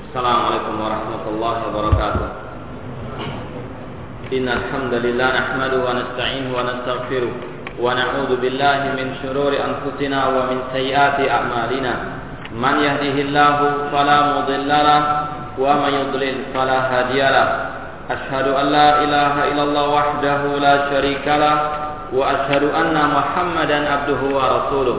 Assalamualaikum warahmatullahi wabarakatuh. Innal hamdalillah nahmaduhu wa nasta'inuhu wa nastaghfiruh wa na'udzu billahi min shururi anfusina wa min sayyiati a'malina. Man yahdihillahu fala mudilla lahu wa man yudlil fala hadiya lahu. Asyhadu an la ilaha illallah wahdahu la syarika lahu wa asyhadu anna Muhammadan abduhu wa rasuluh.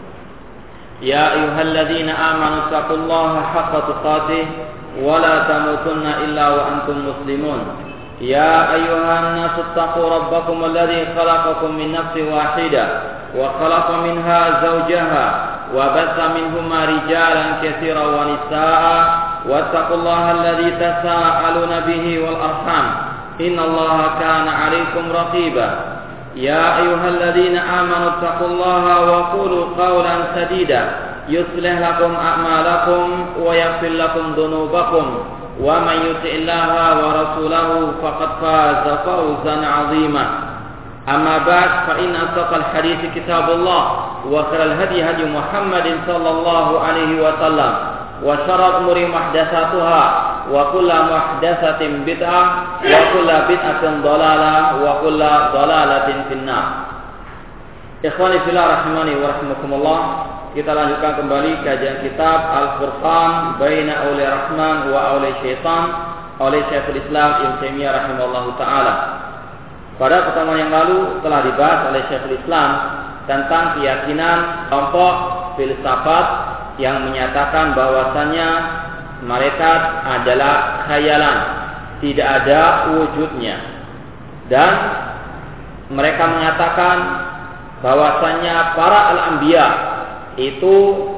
Ya ayyuhalladzina amanu taqullaha haqqa tuqatih wa la tamutunna illa wa antum muslimun. Ya ayyuhan nasu taqu rabbakum alladzi khalaqakum min nafsin wahidah wa khalaqa minha zawjaha wa batha minhuma rijalan katsiran wa nisaa'a wattaqullaha alladzi tasaaluna bihi wal arham innallaha kana 'alaikum raqiba. Ya ayyuhalladzina amanu taqullaha wa qulu qawlan sadida yuslih lakum a'malakum wa yaghfir lakum dhunubakum wa man yuti'illaha wa rasulahu faqad faza fawzan 'azima. Amma ba'd, fa inna asdaqal hadithi kitabullah wa khairal hadi hadi Muhammadin sallallahu alaihi wasallam wa syarrul umuri muhdatsatuha wa kullu muhdatsatin bid'ah wa kullu bid'atin dhalalah wa kullu dhalalatin finnar. Ikhwani fillah rahimani wa rahimakumullah. Kita lanjutkan kembali kajian kitab Al-Furqan Baina Auliya Rahman wa Auliya Syaitan oleh Syekhul Islam Ibnu Taimiyah rahimahullahu taala. Pada pertemuan yang lalu telah dibahas oleh Syekhul Islam tentang keyakinan kelompok filsafat yang menyatakan bahwasannya malaikat adalah khayalan, tidak ada wujudnya. Dan mereka mengatakan bahwasannya para al-anbiya itu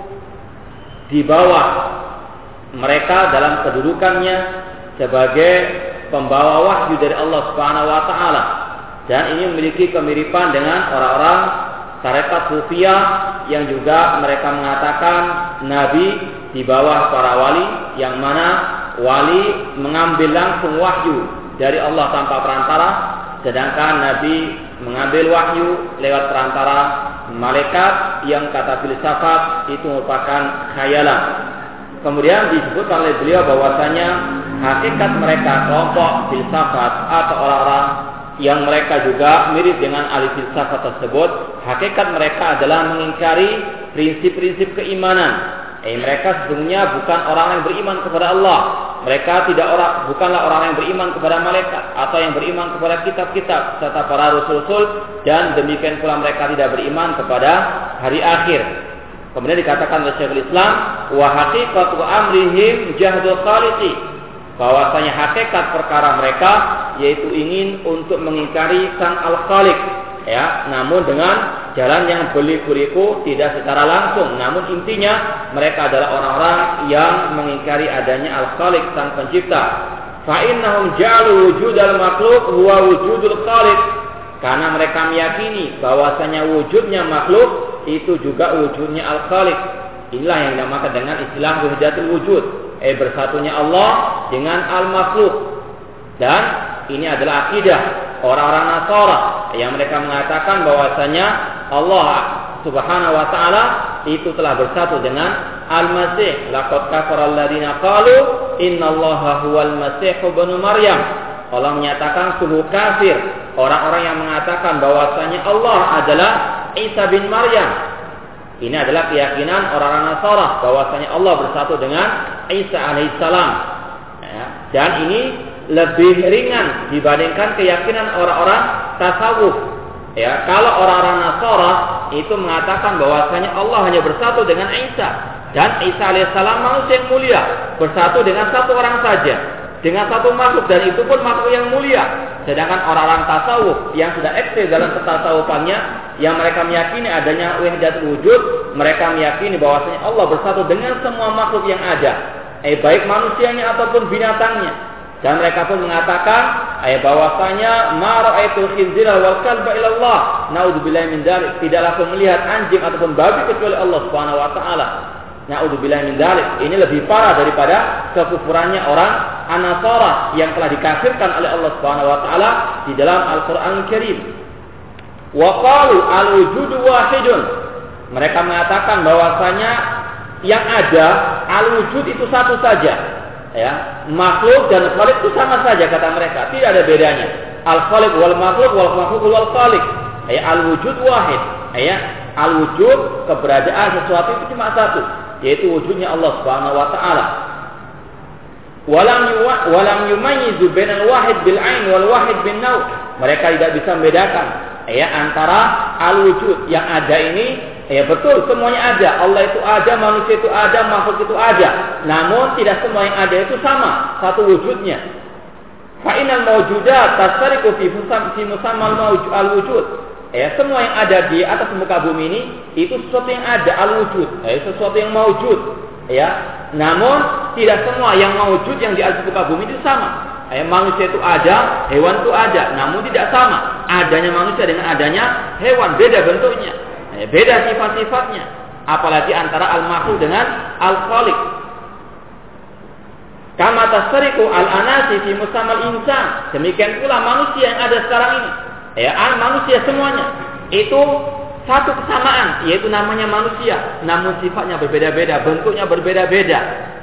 di bawah mereka dalam kedudukannya sebagai pembawa wahyu dari Allah Subhanahu wa taala. Dan ini memiliki kemiripan dengan orang-orang tarekat sufiyah yang juga mereka mengatakan nabi di bawah para wali, yang mana wali mengambil langsung wahyu dari Allah tanpa perantara, sedangkan nabi mengambil wahyu lewat perantara malaikat yang kata filsafat itu merupakan khayalan. Kemudian disebutkan oleh beliau bahwasanya hakikat mereka kelompok filsafat atau orang-orang yang mereka juga mirip dengan ahli filsafat tersebut, hakikat mereka adalah mengingkari prinsip-prinsip keimanan. Mereka sesungguhnya bukan orang yang beriman kepada Allah. Mereka bukanlah orang yang beriman kepada malaikat atau yang beriman kepada kitab-kitab serta para rasul-rasul, dan demikian pula mereka tidak beriman kepada hari akhir. Kemudian dikatakan oleh Syekhul Islam, wa haqiqatu amrihim jahdul khaliqi, bahwasanya hakikat perkara mereka yaitu ingin untuk mengingkari Sang Al-Khaliq, ya, namun dengan jalan yang beliku-liku, tidak secara langsung. Namun intinya mereka adalah orang-orang yang mengingkari adanya Al-Khaliq, Sang Pencipta. Fa innahum ja'alu wujudal makhluq huwa wujudul khaliq, karena mereka meyakini bahwasanya wujudnya makhluk itu juga wujudnya Al-Khaliq. Inilah yang dinamakan dengan istilah wahdatul wujud, bersatunya Allah dengan al-makhluk. Dan ini adalah akidah orang-orang Nasara yang mereka mengatakan bahwasanya Allah Subhanahu wa taala itu telah bersatu dengan Al-Masih. Laqad kafara alladziina qalu innallaha huwal masih ibnu Maryam. Allah menyatakan sungguh kafir orang-orang yang mengatakan bahwasanya Allah adalah Isa bin Maryam. Ini adalah keyakinan orang-orang Nasara bahwasanya Allah bersatu dengan Isa alaihissalam. Ya, dan ini lebih ringan dibandingkan keyakinan orang-orang tasawuf. Ya, kalau orang-orang Nasara itu mengatakan bahwasanya Allah hanya bersatu dengan Isa, dan Isa alaihissalam manusia yang mulia, bersatu dengan satu orang saja, dengan satu makhluk, dan itu pun makhluk yang mulia. Sedangkan orang-orang tasawuf yang sudah eksis dalam ketasawufannya, yang mereka meyakini adanya wahdatul wujud, mereka meyakini bahwasanya Allah bersatu dengan semua makhluk yang ada, baik manusianya ataupun binatangnya. Dan mereka pun mengatakan bahwasanya ma ra'aitul khinzira wal kalba illa Allah, naudzubillahi min dzalik, tidaklah aku melihat anjing ataupun babi kecuali Allah Subhanahu wa taala. Naudzubillahi min dzalik. Ini lebih parah daripada kekufurannya orang An-Nasara yang telah dikafirkan oleh Allah Subhanahu wa taala di dalam Al-Qur'an Karim. Wa qalu al-wujudu wahidun. Mereka mengatakan bahwasanya yang ada al-wujud itu satu saja. Ya, makhluk dan khaliq itu sama saja kata mereka, tidak ada bedanya. Al-khaliq wal makhluk wal makhluk wal khaliq. Ya, al-wujud wahid. Ya, al-wujud keberadaan sesuatu itu cuma satu, yaitu wujudnya Allah Subhanahu wa taala. Walam yumayyizu bainal wahid bil ain wal wahid bin naw. Mereka tidak bisa membedakan antara al-wujud yang ada ini. Betul, semuanya ada. Allah itu ada, manusia itu ada, makhluk itu ada. Namun tidak semua yang ada itu sama satu wujudnya. Fa innal mawjudat tasariku fi musammal al-wujud. Semua yang ada di atas muka bumi ini itu sesuatu yang ada, al-wujud, sesuatu yang mawjud. Namun tidak semua yang mawjud yang di atas muka bumi itu sama. Manusia itu ada, hewan itu ada, namun tidak sama. Adanya manusia dengan adanya hewan, beda bentuknya. Beda sifat-sifatnya, apalagi antara al-makhluk dengan al-khaliq. Kama tasriku al-anasi fi musammal insan. Demikian pula manusia yang ada sekarang ini. Manusia semuanya itu satu kesamaan, yaitu namanya manusia, namun sifatnya berbeda-beda, bentuknya berbeda-beda.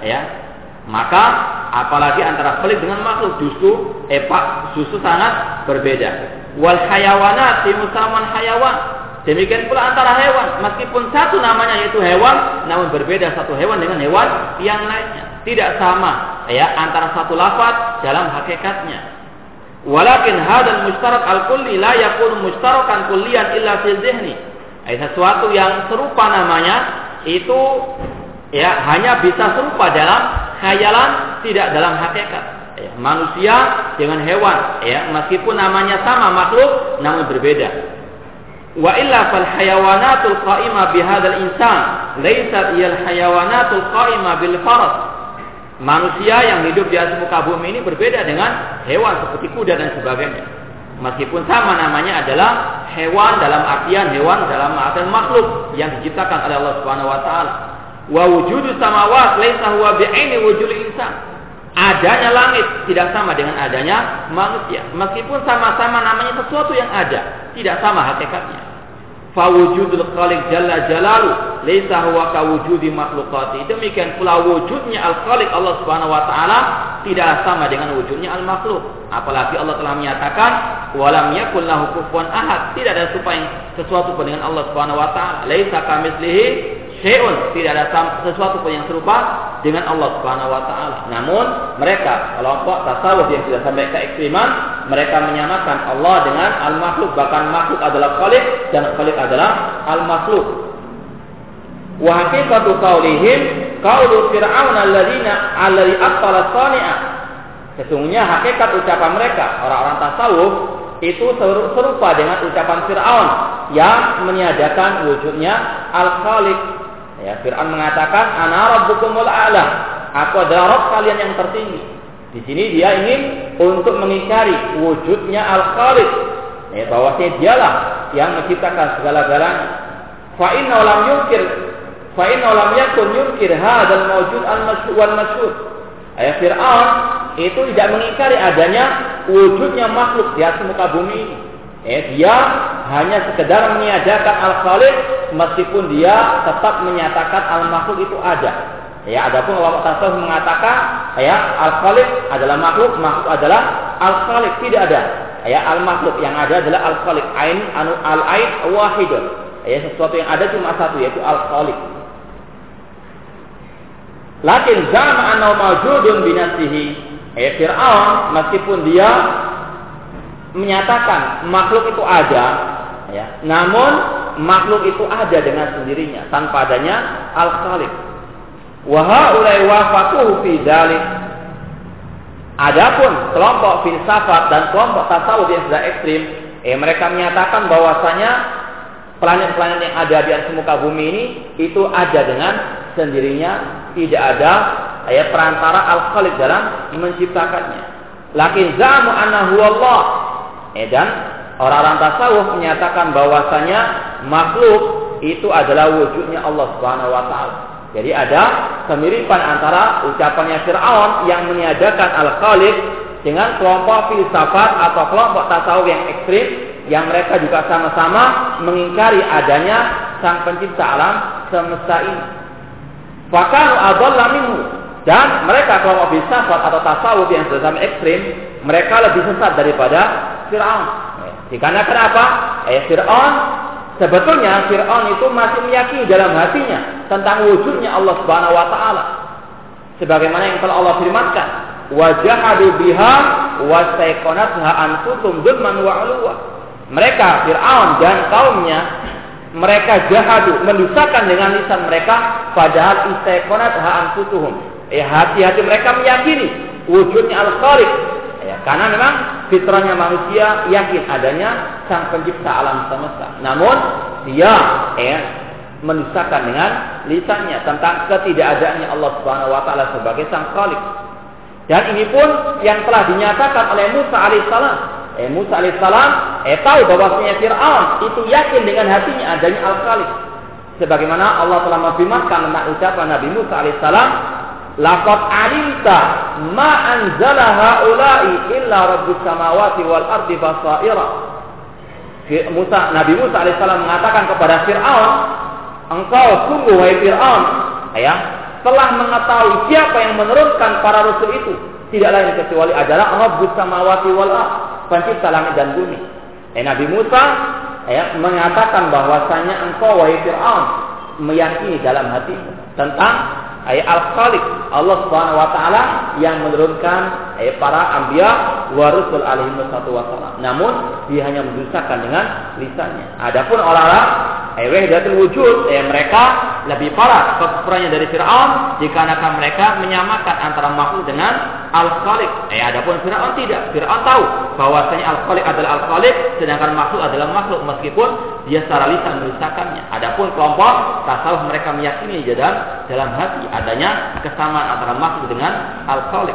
Maka apalagi antara khaliq dengan makhluk justru sangat berbeda. Wal hayawanat fi musammal hayawan. Demikian pula antara hewan, meskipun satu namanya yaitu hewan, namun berbeda satu hewan dengan hewan yang lainnya. Tidak sama antara satu lafaz dalam hakikatnya. Walakin hadzal mustarak al-kulli la yakunu mustarakan kulliyan illa fil dhihni. Sesuatu yang serupa namanya itu hanya bisa serupa dalam khayalan, tidak dalam hakikat. Manusia dengan hewan, meskipun namanya sama makhluk, namun berbeda. Wa illa fal hayawanatul qa'imah bihadzal insan laysat iyal hayawanatul qa'imah bil faras. Manusia yang hidup di atas muka bumi ini berbeda dengan hewan seperti kuda dan sebagainya. Meskipun sama namanya adalah hewan dalam artian hewan dalam artian makhluk yang diciptakan oleh Allah Subhanahu wa taala. Wa wujudus samawat laysa huwa bi'aini wujudil insan. Adanya langit tidak sama dengan adanya manusia. Meskipun sama-sama namanya sesuatu yang ada, tidak sama hakikatnya. Fa wujudul khaliq jalla jalalu laisa huwa ka wujudi makhluqati. Demikian pula wujudnya al-khaliq Allah Subhanahu wa taala tidak sama dengan wujudnya al-makhluk. Apalagi Allah telah menyatakan walam yakul lahu kufuwan ahad. Tidak ada sesuatu pun dengan Allah Subhanahu wa taala. Laisa kamitslihi syai'un, tidak ada sesuatu pun yang serupa dengan Allah Subhanahu wa taala. Namun mereka kelompok tasawuf yang sudah sampai ke ekstreman, mereka menyamakan Allah dengan al-makhluk, bahkan makhluk adalah khaliq dan khaliq adalah al-makhluk. Wa haqiqatu qaulihim qaulu fir'aun alladzi aqtala sani'a. Sesungguhnya hakikat ucapan mereka orang-orang tasawuf itu serupa dengan ucapan Fir'aun yang meniadakan wujudnya al-khaliq. Fir'aun mengatakan ana rabbukumul a'la, aku adalah Rabb kalian yang tertinggi. Di sini dia ingin untuk mengingkari wujudnya al-khaliq, bahwasanya dialah yang menciptakan segala-galanya. Fa inna lam yakun yunkir hadzal mawjud al masyhur. Fir'aun itu tidak mengingkari adanya wujudnya makhluk di atas muka bumi ini. Dia hanya sekedar meniadakan al-khaliq, meskipun dia tetap menyatakan al-makhluk itu ada. Adapun ulama tasawuf mengatakan al-khaliq adalah makhluk, makhluk adalah al-khaliq, tidak ada. Al-makhluk yang ada adalah al-khaliq, al-ain wahidun. Sesuatu yang ada cuma satu, yaitu al-khaliq. Lakin zama annahu mawjudun bi nafsihi. Fir'aun meskipun dia menyatakan makhluk itu ada, namun makhluk itu ada dengan sendirinya tanpa adanya al-khaliq. Wa haulai wafaquhu fi dzalik. Adapun kelompok filsafat dan kelompok tasawuf yang sudah ekstrim, mereka menyatakan bahwasanya planet-planet yang ada di atas muka bumi ini itu ada dengan sendirinya, tidak ada perantara al-khaliq dalam menciptakannya. Lakin zamu annahu Allah. Dan orang-orang tasawuf menyatakan bahwasanya makhluk itu adalah wujudnya Allah Subhanahu wa taala. Jadi ada kemiripan antara ucapannya Fir'aun yang meniadakan al-khaliq dengan kelompok filsafat atau kelompok tasawuf yang ekstrim yang mereka juga sama-sama mengingkari adanya sang pencipta alam semesta ini. Fakanu adalla minhu. Dan mereka kelompok filsafat atau tasawuf yang sudah sampai ekstrim, mereka lebih sesat daripada Fir'aun. Dikarenakan apa? Sebetulnya Fir'aun itu masih meyakini dalam hatinya tentang wujudnya Allah Subhanahu wa taala. Sebagaimana yang telah Allah firmankan, "Wa jahadu biha wastaiqanatha anfusuhum dzulman wa 'uluwa." Mereka Fir'aun dan kaumnya, mereka jahadu, mendustakan dengan lisan mereka, padahal istaiqanatha anfusuhum. Hati-hati mereka meyakini wujudnya Al-Khaliq. Karena memang fitrahnya manusia yakin adanya Sang Pencipta alam semesta. Namun dia mendustakan dengan lisannya tentang ketidakadaannya Allah Subhanahu wa taala sebagai Sang Khaliq. Dan ini pun yang telah dinyatakan oleh Musa alaihissalam. Musa alaihissalam tahu bahwasanya Fir'aun itu yakin dengan hatinya adanya Al-Khaliq. Sebagaimana Allah telah memfirmankan tentang ucapan Nabi Musa alaihissalam, "Laqad alimta ma anzala haula'i illa rabbus samawati wal ardi basaira." Nabi Musa alaihissalam mengatakan kepada Fir'aun, "Engkau sungguh wahai Fir'aun, telah mengetahui siapa yang menurunkan para rasul itu, tidak lain kecuali adalah Rabbus samawati wal ardh, pencipta langit dan bumi." Nabi Musa mengatakan bahwasanya engkau wahai Fir'aun meyakini dalam hati tentang Al-Khaliq, Allah Subhanahu wa taala yang menurunkan para anbiya wa rusul alaihi wassalam. Namun dia hanya mendustakan dengan lisannya. Adapun orang-orang wahdatul wujud, mereka lebih parah kekufurannya dari Fir'aun dikarenakan mereka menyamakan antara makhluk dengan Al-Khaliq. Adapun Fir'aun tidak. Fir'aun tahu bahwasanya Al-Khaliq adalah Al-Khaliq, sedangkan makhluk adalah makhluk, meskipun dia secara lisan mendustakannya. Adapun kelompok tasawuf, mereka meyakini dalam hati adanya kesamaan antara makhluk dengan Al-Khaliq.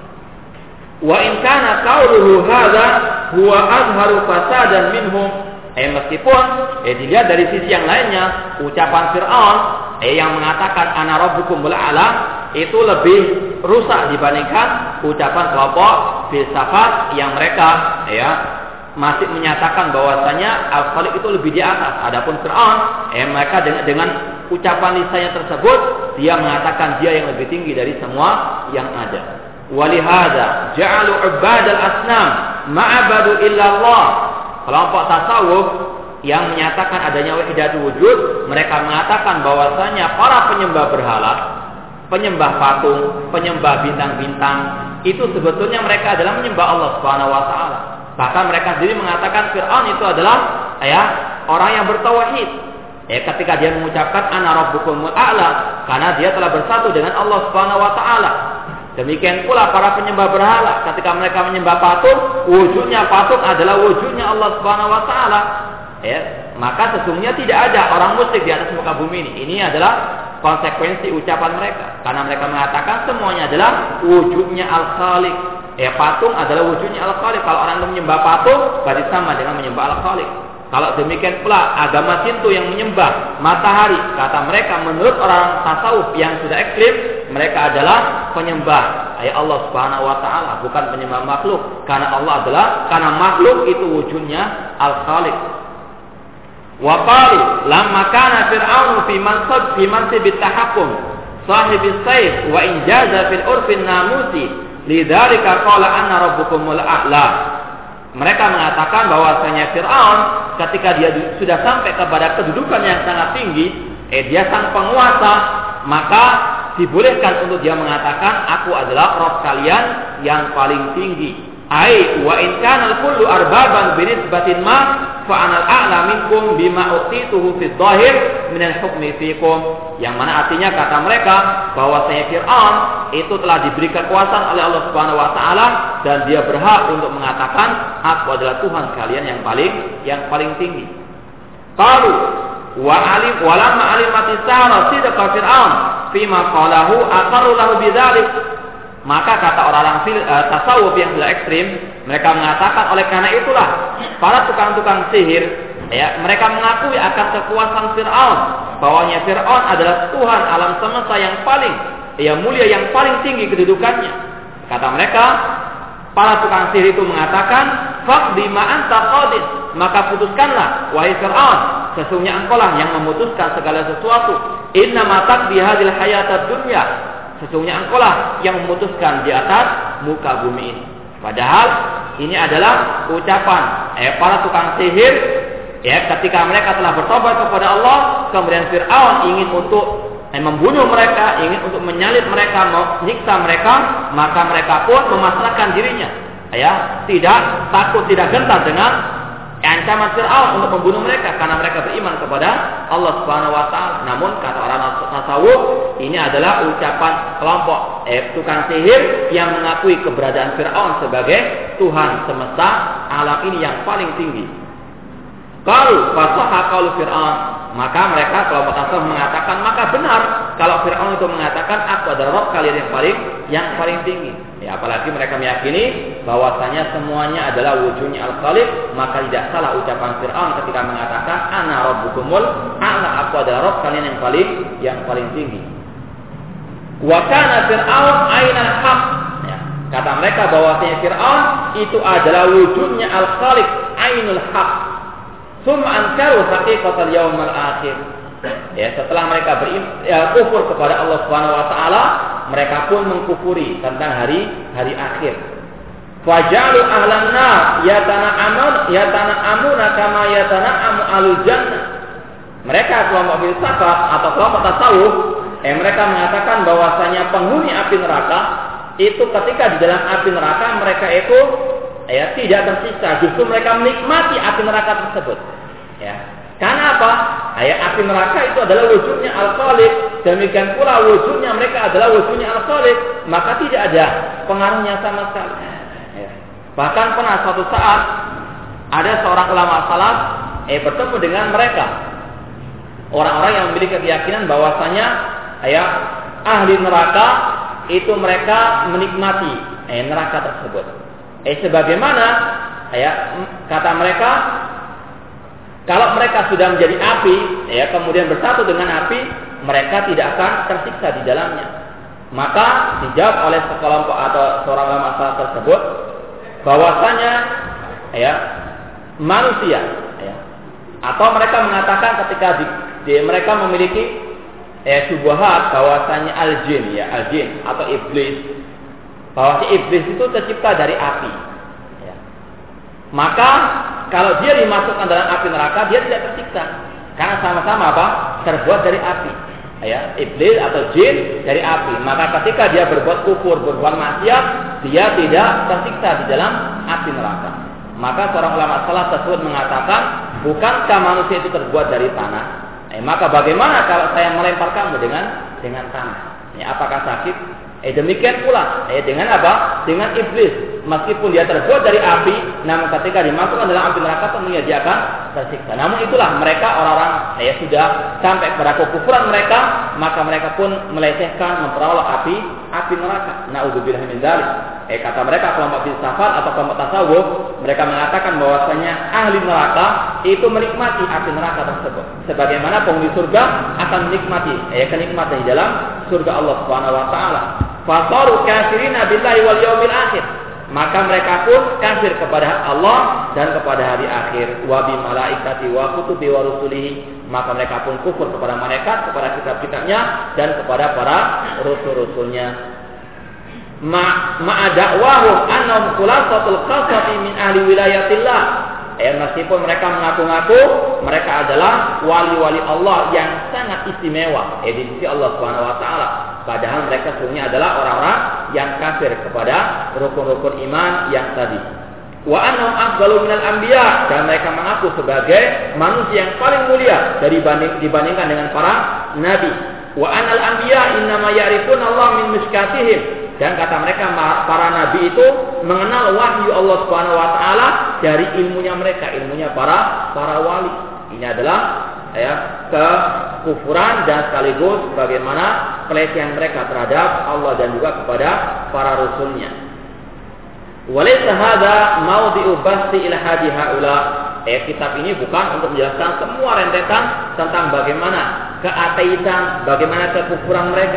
Wa in kana qauluhu hadza huwa azharu fasadan minhum. Meskipun dilihat dari sisi yang lainnya, ucapan Fir'aun yang mengatakan ana rabbukumul a'la itu lebih rusak dibandingkan ucapan kelompok filsafat yang mereka masih menyatakan bahwasanya Al-Khaliq itu lebih di atas. Adapun Fir'aun mereka dengan ucapan lisannya tersebut, dia mengatakan dia yang lebih tinggi dari semua yang ada. Walihada ja'alu ubadal asnam ma'abadu illallah. Kelompok tasawuf yang menyatakan adanya wahdatul wujud, mereka mengatakan bahwasanya para penyembah berhala, penyembah patung, penyembah bintang-bintang, itu sebetulnya mereka adalah menyembah Allah Subhanahu wa taala. Bahkan mereka sendiri mengatakan Fir'aun itu adalah orang yang bertauhid. Ketika dia mengucapkan ana rabbukumul a'la, karena dia telah bersatu dengan Allah Subhanahu wa taala. Demikian pula para penyembah berhala, ketika mereka menyembah patung, wujudnya patung adalah wujudnya Allah Subhanahu wa taala. Maka sesungguhnya tidak ada orang musyrik di atas muka bumi ini. Ini adalah konsekuensi ucapan mereka, karena mereka mengatakan semuanya adalah wujudnya Al-Khaliq. Patung adalah wujudnya Al-Khaliq. Kalau orang menyembah patung, berarti sama dengan menyembah Al-Khaliq. Kalau demikian pula agama Sinto yang menyembah matahari, kata mereka menurut orang tasawuf yang sudah ekstrim, mereka adalah penyembah Allah Subhanahu wa taala, bukan penyembah makhluk. Karena makhluk itu wujudnya Al-Khaliq. Wa qalu lamma kana fir'aunu fi mansib at-tahakkum sahib as-sayf wa injaza fil urfin namusi lidzalika qala anna rabbukumul a'la. Mereka mengatakan bahwasanya Fir'aun ketika dia sudah sampai kepada kedudukan yang sangat tinggi, dia sang penguasa, maka dibolehkan untuk dia mengatakan aku adalah Rabb kalian yang paling tinggi. Ai wa in kana kullu arbaban binisbatin ma fa anal a'la minkum bima utituhu fi dhahir min al-hukmi fikum. Yang mana artinya kata mereka bahwasanya Fir'aun itu telah diberikan kekuasaan oleh Allah Subhanahu wa taala dan dia berhak untuk mengatakan aku adalah Tuhan kalian yang paling tinggi. Qalu wa lamma alimati sara sidqa Fir'aun fima qalahu aqarru lahu bidzalik. Maka kata orang-orang tasawuf yang sudah ekstrim, mereka mengatakan oleh karena itulah para tukang-tukang sihir mereka mengakui akan kekuasaan Fir'aun, bahwanya Fir'aun adalah Tuhan alam semesta yang paling mulia, yang paling tinggi kedudukannya. Kata mereka, para tukang sihir itu mengatakan, faqdi ma anta qadid, maka putuskanlah wahai Fir'aun, sesungguhnya engkaulah yang memutuskan segala sesuatu. Inna ma taqdi hadhil hayatad dunya, sesungguhnya engkaulah yang memutuskan di atas muka bumi ini. Padahal ini adalah ucapan para tukang sihir ketika mereka telah bertobat kepada Allah, kemudian Fir'aun ingin untuk membunuh mereka, ingin untuk menyalib mereka, menyiksa mereka, maka mereka pun memasrahkan dirinya, tidak takut, tidak gentar dengan ancaman Fir'aun untuk membunuh mereka karena mereka beriman kepada Allah Subhanahu wa taala. Namun kata orang tasawuf, ini adalah ucapan kelompok tukang sihir yang mengakui keberadaan Fir'aun sebagai Tuhan semesta alam ini yang paling tinggi. Qalu fasaha qaulu Fir'aun, maka mereka kelompok tasawuf mengatakan, maka benar kalau Fir'aun itu mengatakan aku adalah Rabb kalian yang paling tinggi. Apalagi mereka meyakini bahwasanya semuanya adalah wujudnya Al-Khaliq, maka tidak salah ucapan Fir'aun ketika mengatakan ana rabbukumul a'la, aku adalah Rabb kalian yang paling tinggi. Wa kana Fir'aun ainal haq. Kata mereka bahwasanya Fir'aun itu adalah wujudnya Al-Khaliq, ainul haq. Summa ankaru haqiqatal yaumil akhir. Setelah mereka kufur kepada Allah Subhanahu wa taala, mereka pun mengkufuri tentang hari akhir. Fajalu ahlan nar yatana'amuna kama yatana'amu alul jannah. Mereka kelompok filsafat atau kelompok tasawuf, mereka mengatakan bahwasanya penghuni api neraka itu ketika di dalam api neraka mereka itu tidak tersiksa, justru mereka menikmati api neraka tersebut. Karena apa? Api neraka itu adalah wujudnya Al-Khaliq, demikian pula wujudnya mereka adalah wujudnya Al-Khaliq, maka tidak ada pengaruhnya sama sekali. Bahkan pernah suatu saat ada seorang ulama salaf bertemu dengan mereka, orang-orang yang memiliki keyakinan bahwasanya ahli neraka itu mereka menikmati neraka tersebut. Sebagaimana kata mereka, kalau mereka sudah menjadi api, kemudian bersatu dengan api, mereka tidak akan tersiksa di dalamnya. Maka dijawab oleh sekelompok atau seorang ulama salaf tersebut bahwasanya manusia, atau mereka mengatakan ketika mereka memiliki syubhat bahwasanya al-jin atau iblis, bahwa iblis itu tercipta dari api. Maka kalau dia dimasukkan dalam api neraka, dia tidak tersiksa karena sama-sama terbuat dari api. Iblis atau jin dari api. Maka ketika dia berbuat kufur, berbuat maksiat, dia tidak tersiksa di dalam api neraka. Maka seorang ulama salaf tersebut mengatakan, bukankah manusia itu terbuat dari tanah? Maka bagaimana kalau saya melempar kamu dengan tanah? Apakah sakit? Demikian pula dengan apa? Dengan iblis. Meskipun dia terbuat dari api, namun ketika dimasukkan dalam api neraka tentunya dia akan tersiksa. Namun itulah mereka orang-orang sudah sampai kepada kekufuran mereka, maka mereka pun melecehkan, memperolok api neraka. Na'udzubillah min dzalik. Kata mereka kelompok filsafat atau kelompok tasawuf, mereka mengatakan bahwasanya ahli neraka itu menikmati api neraka tersebut, sebagaimana penghuni surga akan menikmati kenikmatan di dalam surga Allah Subhanahu wa taala. Fasaru kafirina billahi wal yaumil akhir. Maka mereka pun kafir kepada Allah dan kepada hari akhir. Wa bi malaikati wa kutubi wa rusulihi. Maka mereka pun kufur kepada malaikat, kepada kitab-kitabnya dan kepada para rasul-rasulnya. Ma'adakwahum annahum khulasatul khalqati min ahli wilayatillah. Meskipun mereka mengaku-ngaku mereka adalah wali-wali Allah yang sangat istimewa di sisi Allah Subhanahu wa taala, padahal mereka sebenarnya adalah orang-orang yang kafir kepada rukun-rukun iman yang tadi. Wa annahum afdalu minal anbiya, dan mereka mengaku sebagai manusia yang paling mulia dibandingkan dengan para nabi. Wa annal anbiya innama ya'rifuna Allah min miskatihim. Dan kata mereka para nabi itu mengenal wahyu Allah Subhanahu wa taala dari ilmunya mereka, ilmunya para wali. Ini adalah kekufuran dan sekaligus bagaimana pelecehan mereka terhadap Allah dan juga kepada para rasulnya. Walaysa hadza mawdi'u basti ilhadi haula. Kitab ini bukan untuk menjelaskan semua rentetan tentang bagaimana keateisan, bagaimana kekufuran mereka.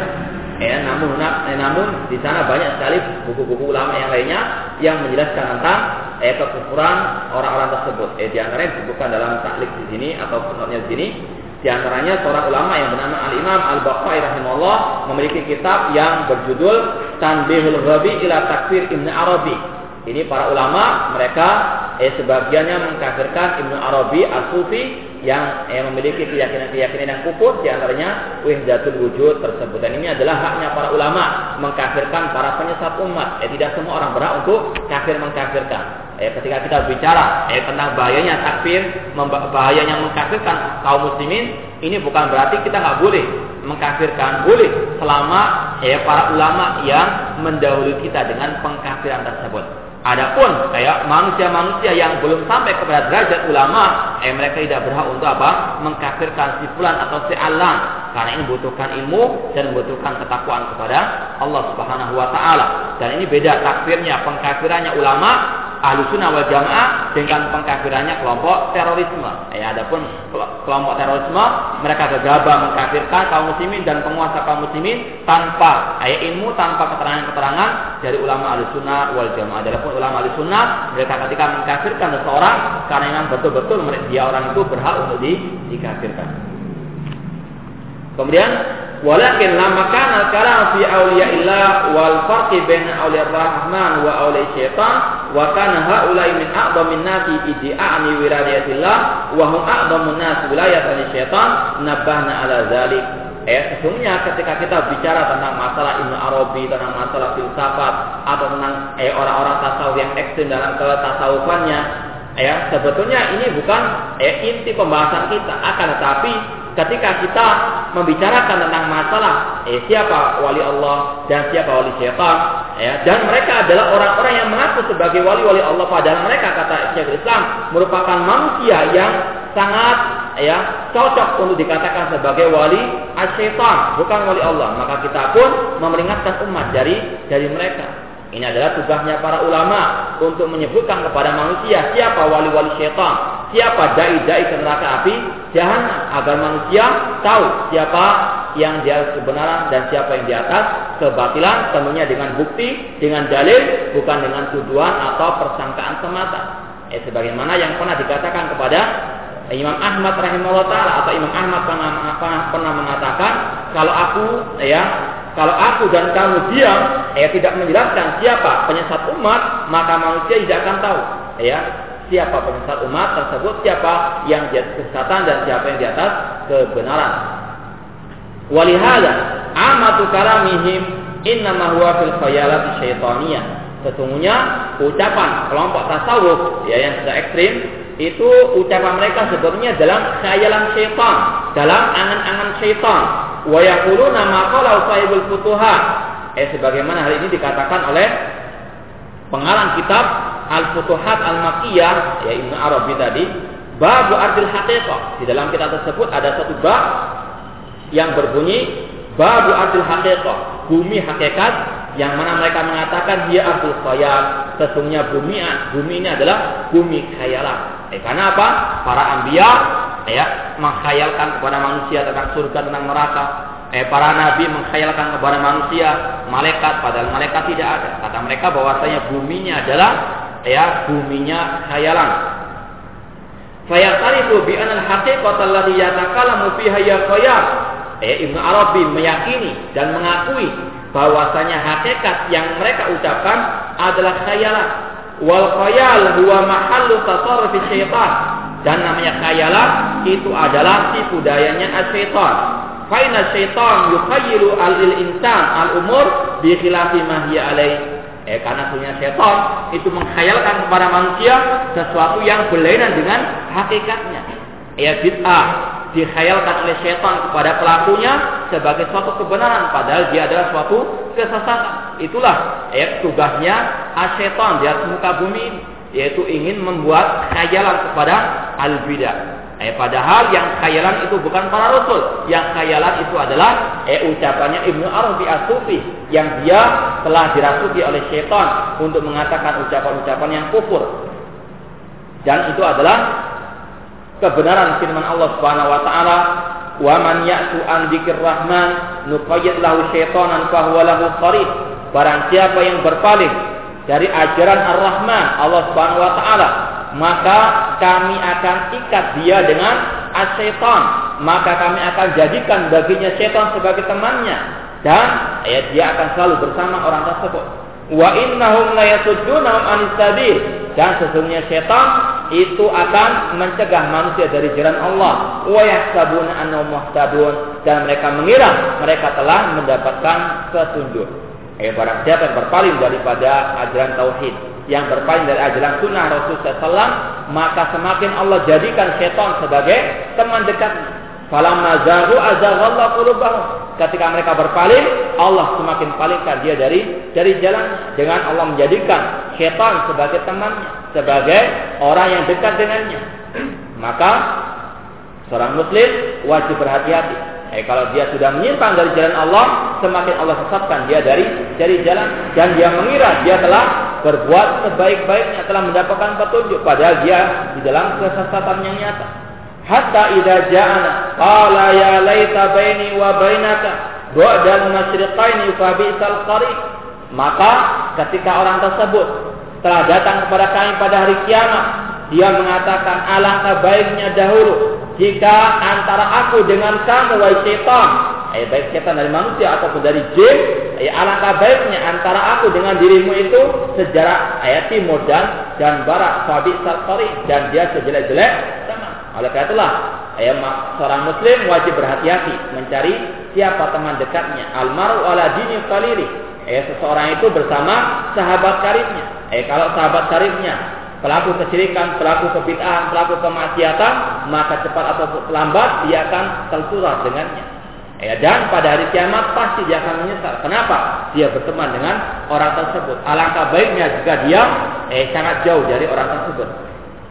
Namun di sana banyak sekali buku-buku ulama yang lainnya yang menjelaskan tentang kekufuran orang-orang tersebut. Di antaranya disebutkan dalam taklif di sini atau footnote-nya di sini. Di Di antaranya seorang ulama yang bernama Al-Imam Al-Baqai rahimahullah memiliki kitab yang berjudul Tanbihul Ghabi ila Takfir Ibn Arabi. Ini para ulama mereka sebagiannya mengkafirkan Ibnu Arabi As-Sufi yang memiliki keyakinan-keyakinan yang kufur, di antaranya wahdatul wujud tersebut. Dan ini adalah haknya para ulama mengkafirkan para penyesat umat. Tidak semua orang berhak untuk kafir mengkafirkan. Ketika kita bicara tentang bahayanya takfir, bahayanya mengkafirkan kaum muslimin, ini bukan berarti kita nggak boleh mengkafirkan, boleh selama para ulama yang mendahului kita dengan pengkafiran tersebut. Adapun kayak manusia-manusia yang belum sampai kepada derajat ulama, mereka tidak berhak untuk apa? Mengkafirkan si fulan atau si alan, karena ini membutuhkan ilmu dan membutuhkan ketakwaan kepada Allah Subhanahu wa taala. Dan ini beda takfirnya, pengkafirannya ulama Ahlussunnah wal Jamaah dengan pengkafirannya kelompok terorisme. Adapun kelompok terorisme, mereka gegabah mengkafirkan kaum muslimin dan penguasa kaum muslimin tanpa ilmu, tanpa keterangan-keterangan dari ulama Ahlussunnah wal Jamaah. Adapun ulama Ahlussunnah, mereka ketika mengkafirkan seseorang karena memang betul-betul dia orang itu berhak untuk dikafirkan. Kemudian walakin lama kana al-kalam fi awliyaillah wal farqi baina awliyar rahman wa awliyas syaitan wa kana haula'i min a'dhamin nasi iddi'ani wiradatillah wa hum a'dhamun nas wilayatan syaitan nabbahna ala dzalik. Sesungguhnya ketika kita bicara tentang masalah Ibnu Arabi, tentang masalah filsafat atau tentang orang-orang tasawuf yang ekstrem dalam ketasawufannya, sebetulnya ini bukan inti pembahasan kita, akan tetapi ketika kita membicarakan tentang masalah siapa wali Allah dan siapa wali syaitan, dan mereka adalah orang-orang yang mengaku sebagai wali-wali Allah, padahal mereka, kata Syekhul Islam, merupakan manusia yang sangat cocok untuk dikatakan sebagai wali syaitan, bukan wali Allah. Maka kita pun memperingatkan umat dari mereka. Ini adalah tugasnya para ulama untuk menyebutkan kepada manusia siapa wali-wali syaitan, siapa dai-dai ke neraka api jahanam, agar manusia tahu siapa yang di atas kebenaran dan siapa yang di atas kebatilan, tentunya dengan bukti, dengan dalil, bukan dengan tuduhan atau persangkaan semata. Sebagaimana yang pernah dikatakan kepada Imam Ahmad rahimahullah taala, atau Imam Ahmad pernah mengatakan, kalau aku dan kamu diam, tidak menjelaskan siapa penyesat umat, maka manusia tidak akan tahu, siapa penyesat umat tersebut, siapa yang di atas kesesatan dan siapa yang di atas kebenaran. Walihada amatu kalamihim innama huwa fil khayalat syaitaniyah. Sesungguhnya ucapan kelompok tasawuf yang sudah ekstrim itu, ucapan mereka sebetulnya dalam khayalan syaitan, dalam angan-angan syaitan. Wa yaquluna ma qala sahibul futuhat, sebagaimana hal ini dikatakan oleh pengarang kitab Al-Futuhat Al-Makkiyah, Ibnu Arabi tadi, bab artil haqiqah. Di dalam kitab tersebut ada satu bab yang berbunyi bab artil haqiqah, bumi hakikat, yang mana mereka mengatakan dia ardul khayal, sesungguhnya bumi ini adalah bumi khayalan. Karena apa? Para anbiya mengkhayalkan kepada manusia tentang surga, tentang neraka. Para nabi mengkhayalkan kepada manusia malaikat, padahal malaikat tidak ada. Kata mereka bahwasanya buminya adalah buminya khayalan. Fayaqalitu bi anal haqiqata allati yatakallamu fiha ya khayal. Ibnu Arabi meyakini dan mengakui bahwasanya hakikat yang mereka ucapkan adalah khayalan. Wal khayal huwa mahallu tasarrufi syaitan, dan namanya khayalan itu adalah tipu dayanya syaitan. Fa inna syaitan yukhayyilu al-insan al-umur bi khilafi ma hiya alaih. Karena punya syaitan itu menghayalkan kepada manusia sesuatu yang berlainan dengan hakikatnya. Bid'ah dikhayalkan oleh syaitan kepada pelakunya sebagai suatu kebenaran, padahal dia adalah suatu kesesatan. Itulah tugasnya syaitan di atas muka bumi, yaitu ingin membuat khayalan kepada al-bidah. Padahal yang khayalan itu bukan para rasul, yang khayalan itu adalah ucapannya Ibnu Arabi As-Sufi, yang dia telah dirasuki oleh syaitan untuk mengatakan ucapan-ucapan yang kufur. Dan itu adalah kebenaran firman Allah Subhanahu wa taala, "Wa man ya'tu an dzikir rahman nuqayyid lahu syaitanan fa huwa lahu qarin." Barang siapa yang berpaling dari ajaran Ar-Rahman, Allah Subhanahu wa taala, maka kami akan ikat dia dengan syaitan. maka kami akan jadikan baginya setan sebagai temannya, dan dia akan selalu bersama orang tersebut. Wa innahum la yasuddunahum anis sabil, dan sesungguhnya setan itu akan mencegah manusia dari jalan Allah. Wa yahsabuna annahum muhtadun, dan mereka mengira mereka telah mendapatkan petunjuk. Barang siapa yang berpaling daripada ajaran tauhid, yang berpaling dari ajaran sunnah Rasulullah SAW, maka semakin Allah jadikan setan sebagai teman dekatnya. Falamma zaghu azaghallahu qulubahum. Ketika mereka berpaling, Allah semakin palingkan dia dari jalan, dengan Allah menjadikan setan sebagai temannya, sebagai orang yang dekat dengannya. Maka seorang muslim wajib berhati-hati. Kalau dia sudah menyimpang dari jalan Allah, semakin Allah sesatkan dia dari jalan, dan dia mengira dia telah berbuat sebaik-baiknya, telah mendapatkan petunjuk, padahal dia di dalam kesesatan yang nyata. Hatta idza ja'ana qala ya laita baini wa bainaka bu'dal masyriqaini fa bi'sal qarin. Maka ketika orang tersebut telah datang kepada kami pada hari kiamat, dia mengatakan, alangkah baiknya dahulu jika antara aku dengan kamu wahai setan, baik setan dari manusia ataupun dari jin, alangkah baiknya antara aku dengan dirimu itu sejarak timur dan barat, fa bi'sal qarin, dan dia sejelek-jelek teman. Oleh karena itulah seorang muslim wajib berhati-hati mencari siapa teman dekatnya. Almaru ala dini qalili. Seseorang itu bersama sahabat karibnya. Kalau sahabat karibnya pelaku kesyirikan, pelaku kebid'ahan, pelaku kemaksiatan, maka cepat atau lambat dia akan tersurat dengannya. Dan pada hari kiamat pasti dia akan menyesal. Kenapa? Dia berteman dengan orang tersebut. Alangkah baiknya jika dia sangat jauh dari orang tersebut.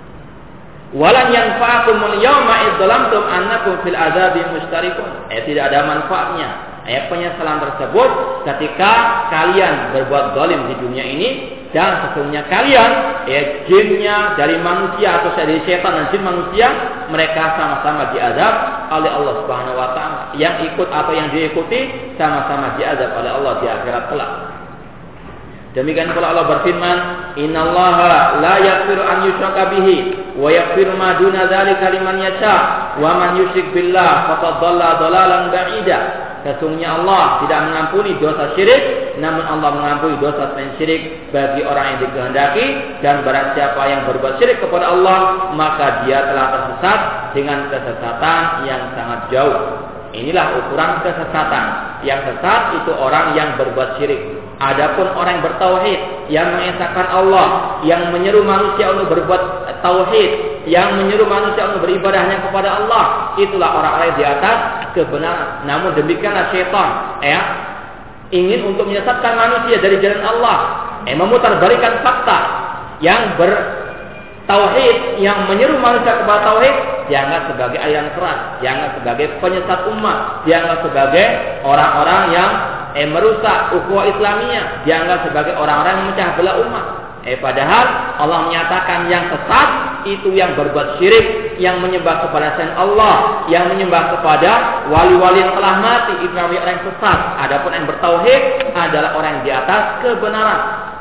Walan yanfa'akumul yawma idh zalamtum annakum fil azabi mustarikun. Tidak ada manfaatnya penyesalan tersebut ketika kalian berbuat zalim di dunia ini, dan sesungguhnya kalian jinnya dari manusia atau dari setan dan jin manusia, mereka sama-sama diazab oleh Allah Subhanahu wa taala. Yang ikut atau yang diikuti sama-sama diazab oleh Allah di akhirat kelak. Demikian pula Allah berfirman, innallaha la yaghfiru an yushraka bihi wa yaghfiru ma duna dzalika liman yasha wa man yusyrik billah faqad dhalla dhalalan ba'ida. Sesungguhnya Allah tidak mengampuni dosa syirik, namun Allah mengampuni dosa selain syirik bagi orang yang dikehendaki, dan barang siapa yang berbuat syirik kepada Allah, maka dia telah tersesat dengan kesesatan yang sangat jauh. Inilah ukuran kesesatan. Yang sesat itu orang yang berbuat syirik. Adapun orang yang bertauhid, yang mengesahkan Allah, yang menyeru manusia untuk berbuat tauhid, yang menyeru manusia untuk beribadah hanya kepada Allah, itulah orang-orang di atas kebenaran. Namun demikianlah syaitan ingin untuk menyesatkan manusia dari jalan Allah, memutarbalikkan fakta. Yang bertauhid, yang menyeru manusia kepada tauhid, dianggap sebagai aliran keras, dianggap sebagai penyesat umat, dianggap sebagai orang-orang yang merusak ukhuwah Islamiyah, dianggap sebagai orang-orang yang memecah belah umat. Padahal Allah menyatakan yang sesat itu yang berbuat syirik, yang menyembah kepada selain Allah, yang menyembah kepada wali-wali yang telah mati, itu orang yang sesat. Adapun yang bertauhid adalah orang yang di atas kebenaran.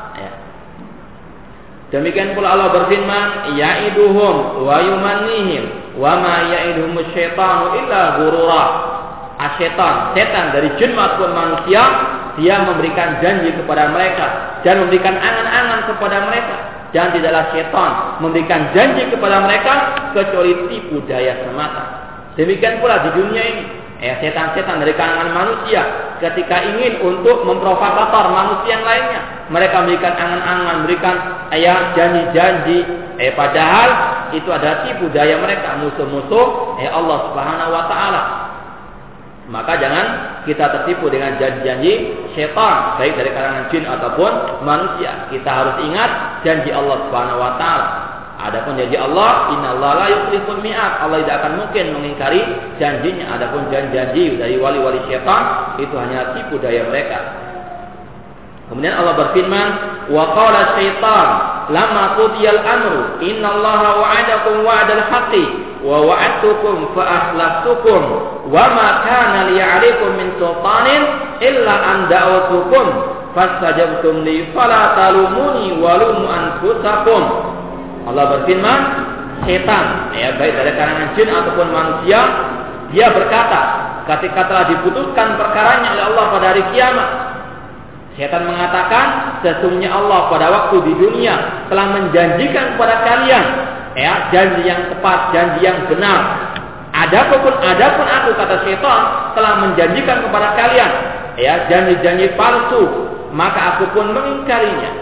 Demikian pula Allah berfirman, ya'iduhum wa yumannihim wa ma ya'iduhum asyaitanu illa ghurura. Asyaitan, setan dari jin maupun manusia, dia memberikan janji kepada mereka dan memberikan angan-angan kepada mereka, dan tidaklah setan memberikan janji kepada mereka kecuali tipu daya semata. Demikian pula di dunia ini, setan-setan dari kalangan manusia ketika ingin untuk memprovokator manusia yang lainnya, mereka memberikan angan-angan, memberikan janji-janji, padahal itu adalah tipu daya mereka, musuh-musuh Allah Subhanahu wa taala. Maka jangan kita tertipu dengan janji-janji syaitan, baik dari kalangan jin ataupun manusia. Kita harus ingat janji Allah Subhanahu wa taala. Adapun janji Allah, innallaha la yukhliful mi'ad. Allah tidak akan mungkin mengingkari janjinya. Adapun janji-janji dari wali-wali syaitan itu hanya tipu daya mereka. Kemudian Allah berfirman, wa qala syaitan lamma qudiyal amru innallaha wa'adakum wa'dal haqqi wa wa'adtukum fa akhlaftukum wa ma kana li 'alaikum min sultanin illa an da'awtukum fastajabtum li fala talumuni wa lumu anfusakum. Allah berfirman, setan baik dari kalangan jin ataupun manusia dia berkata ketika telah diputuskan perkaranya oleh Allah pada hari kiamat. Setan mengatakan, sesungguhnya Allah pada waktu di dunia telah menjanjikan kepada kalian janji yang tepat, janji yang benar. Adapun aku, kata setan, telah menjanjikan kepada kalian janji-janji palsu, maka aku pun mengingkarinya.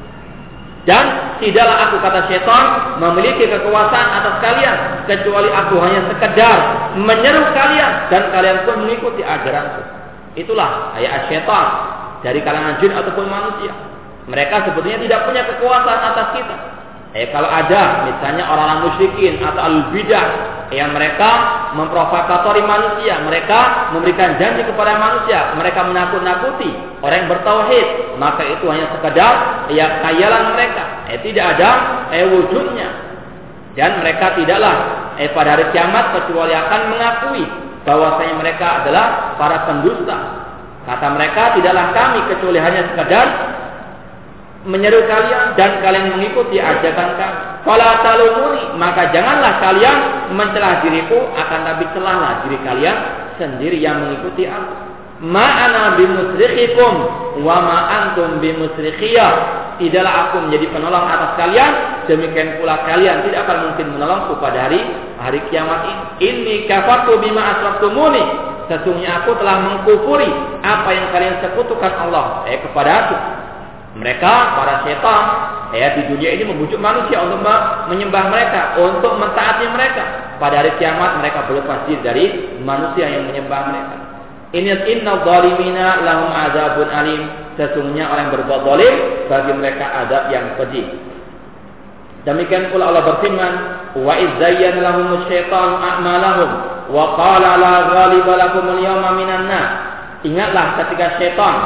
Dan tidaklah aku, kata setan, memiliki kekuasaan atas kalian, kecuali aku hanya sekedar menyeru kalian dan kalian pun mengikuti ajaranku. Itulah ayat setan dari kalangan jin ataupun manusia. Mereka sebetulnya tidak punya kekuasaan atas kita. Kalau ada misalnya orang-orang musyrikin atau al-bidah yang mereka memprovokatori manusia, mereka memberikan janji kepada manusia, mereka menakut-nakuti orang yang bertauhid, maka itu hanya sekedar khayalan mereka, tidak ada wujudnya. Dan mereka tidaklah pada hari kiamat kecuali akan mengakui bahwasanya mereka adalah para pendusta. Kata mereka, tidaklah kami kecuali hanya sekedar menyeru kalian dan kalian mengikuti ajakan kami. Fala talumuni, maka janganlah kalian mencela diriku, akan tapi celahlah diri kalian sendiri yang mengikuti aku. Ma ana bimusrikhikum wa ma antum bimusrikhiyya. Tidaklah aku menjadi penolong atas kalian, demikian pula kalian tidak akan mungkin menolongku pada hari kiamat ini. Inni kafartu bima asraktumuni. Sesungguhnya aku telah mengkufuri apa yang kalian sekutukan Allah kepada aku. Mereka, para setan, di dunia ini membujuk manusia untuk menyembah mereka, untuk mentaati mereka. Pada hari kiamat mereka berlepas diri dari manusia yang menyembah mereka. Inna zalimina lahum azabun alim. Sesungguhnya orang yang berbuat zalim, bagi mereka azab yang pedih. Demikian pula Allah berfirman, wa izzayyana lahumus syaitanu a'malahum wa qala la ghaliba lakum al-yawma minan nas. Ingatlah ketika syaitan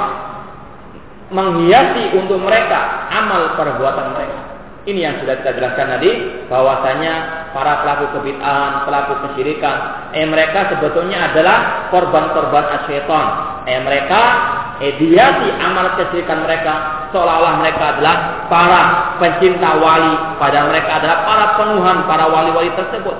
menghiasi untuk mereka amal perbuatan mereka. Ini yang sudah kita jelaskan tadi, bahwasanya para pelaku kebid'ahan, pelaku kesyirikan, mereka sebetulnya adalah korban-korban asyaiton. Mereka dihiasi amal kesyirikan mereka seolah-olah mereka adalah para pencinta wali, padahal mereka adalah para penuhan para wali-wali tersebut.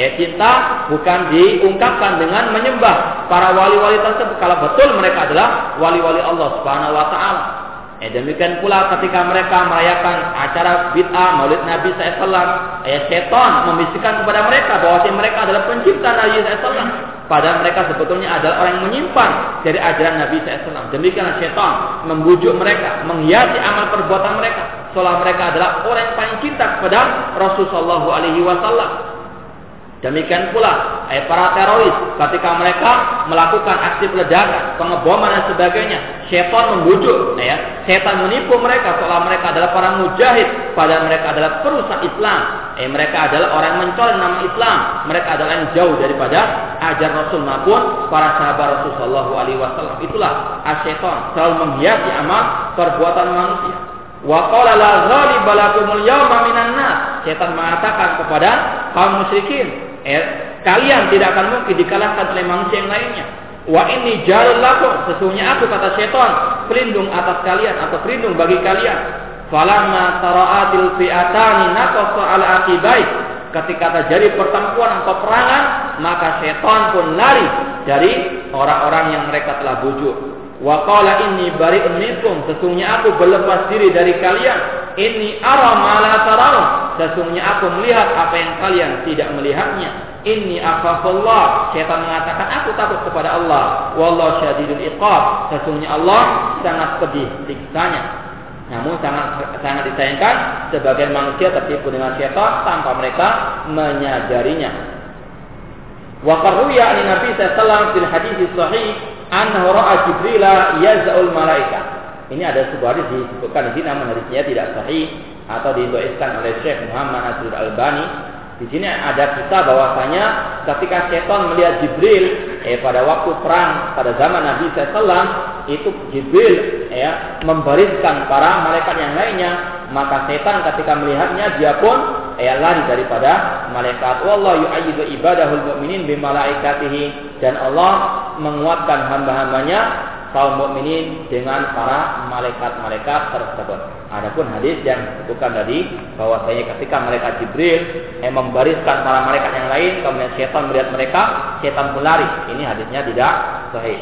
Cinta bukan diungkapkan dengan menyembah para wali-wali tersebut kalau betul mereka adalah wali-wali Allah Subhanahu wa taala. Demikian pula ketika mereka merayakan acara bid'ah Maulid Nabi SAW, setan membisikkan kepada mereka bahwa mereka adalah pencipta Nabi SAW, padahal mereka sebetulnya adalah orang yang menyimpan dari ajaran Nabi SAW. Demikianlah setan membujuk mereka, menghiasi amal perbuatan mereka seolah mereka adalah orang yang paling cinta kepada Rasulullah SAW. Demikian pula para teroris ketika mereka melakukan aksi peledakan, pengeboman dan sebagainya, setan membujuk, setan menipu mereka seolah mereka adalah para mujahid, padahal mereka adalah perusak Islam. Mereka adalah orang yang mencoreng nama Islam. Mereka adalah yang jauh daripada ajaran Rasul maupun para sahabat Rasulullah SAW. Itulah asyaiton selalu menghiasi amal perbuatan manusia. Wa qala la ghaliba lakumul yawma minan nas. Setan mengatakan kepada kaum musyrikin, kalian tidak akan mungkin dikalahkan oleh manusia yang lainnya. Wa inni jalul lakum, sesungguhnya aku, kata setan, pelindung atas kalian atau pelindung bagi kalian. Falamma tara'atil fi'atani naqasa ala aqibai, ketika terjadi pertempuran atau peperangan, maka setan pun lari dari orang-orang yang mereka telah bujuk. Wa qala inni bari'un minkum, sesungguhnya aku berlepas diri dari kalian. Inni ara ma la tarawun, sesungguhnya aku melihat apa yang kalian tidak melihatnya. Inni akhafullah, setan mengatakan aku takut kepada Allah. Wallahu syadidul iqab, sesungguhnya Allah sangat pedih siksanya. Namun sangat disayangkan sebagian manusia tertipu dengan setan tanpa mereka menyadarinya. Wa qarruya an Nabi sallallahu alaihi wasallam fil hadits sahih annahu ra'a Jibril yaz'ul malaika. Ini ada sebuah hadis disebutkan di sini, namun hadisnya tidak sahih atau didhaifkan oleh Syekh Muhammad Nasir Al-Albani. Di sini ada kisah bahwasanya ketika setan melihat Jibril pada waktu perang pada zaman Nabi SAW, itu Jibril membariskan para malaikat yang lainnya, maka setan ketika melihatnya dia pun lari daripada malaikat. Wallahu yu'ayyidu ibadahul mu'minin bi malaikatihi, dan Allah menguatkan hamba-hambanya kaum mukminin dengan para malaikat-malaikat tersebut. Adapun hadis yang disebutkan tadi bahwasanya ketika malaikat Jibril membariskan para malaikat yang lain, kemudian syaitan melihat mereka, syaitan berlari. Ini hadisnya tidak sahih.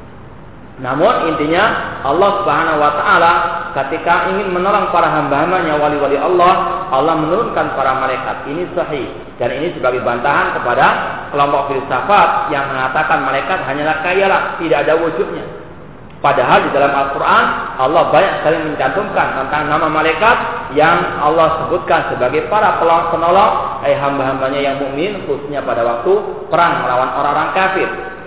Namun intinya Allah Subhanahu wa taala ketika ingin menolong para hamba-hambanya wali-wali Allah, Allah menurunkan para malaikat. Ini sahih dan ini sebagai bantahan kepada kelompok filsafat yang mengatakan malaikat hanyalah khayalan, tidak ada wujudnya. Padahal di dalam Al-Quran Allah banyak sekali mencantumkan tentang nama malaikat yang Allah sebutkan sebagai para penolong hamba-hambanya yang mukmin, khususnya pada waktu perang melawan orang-orang kafir.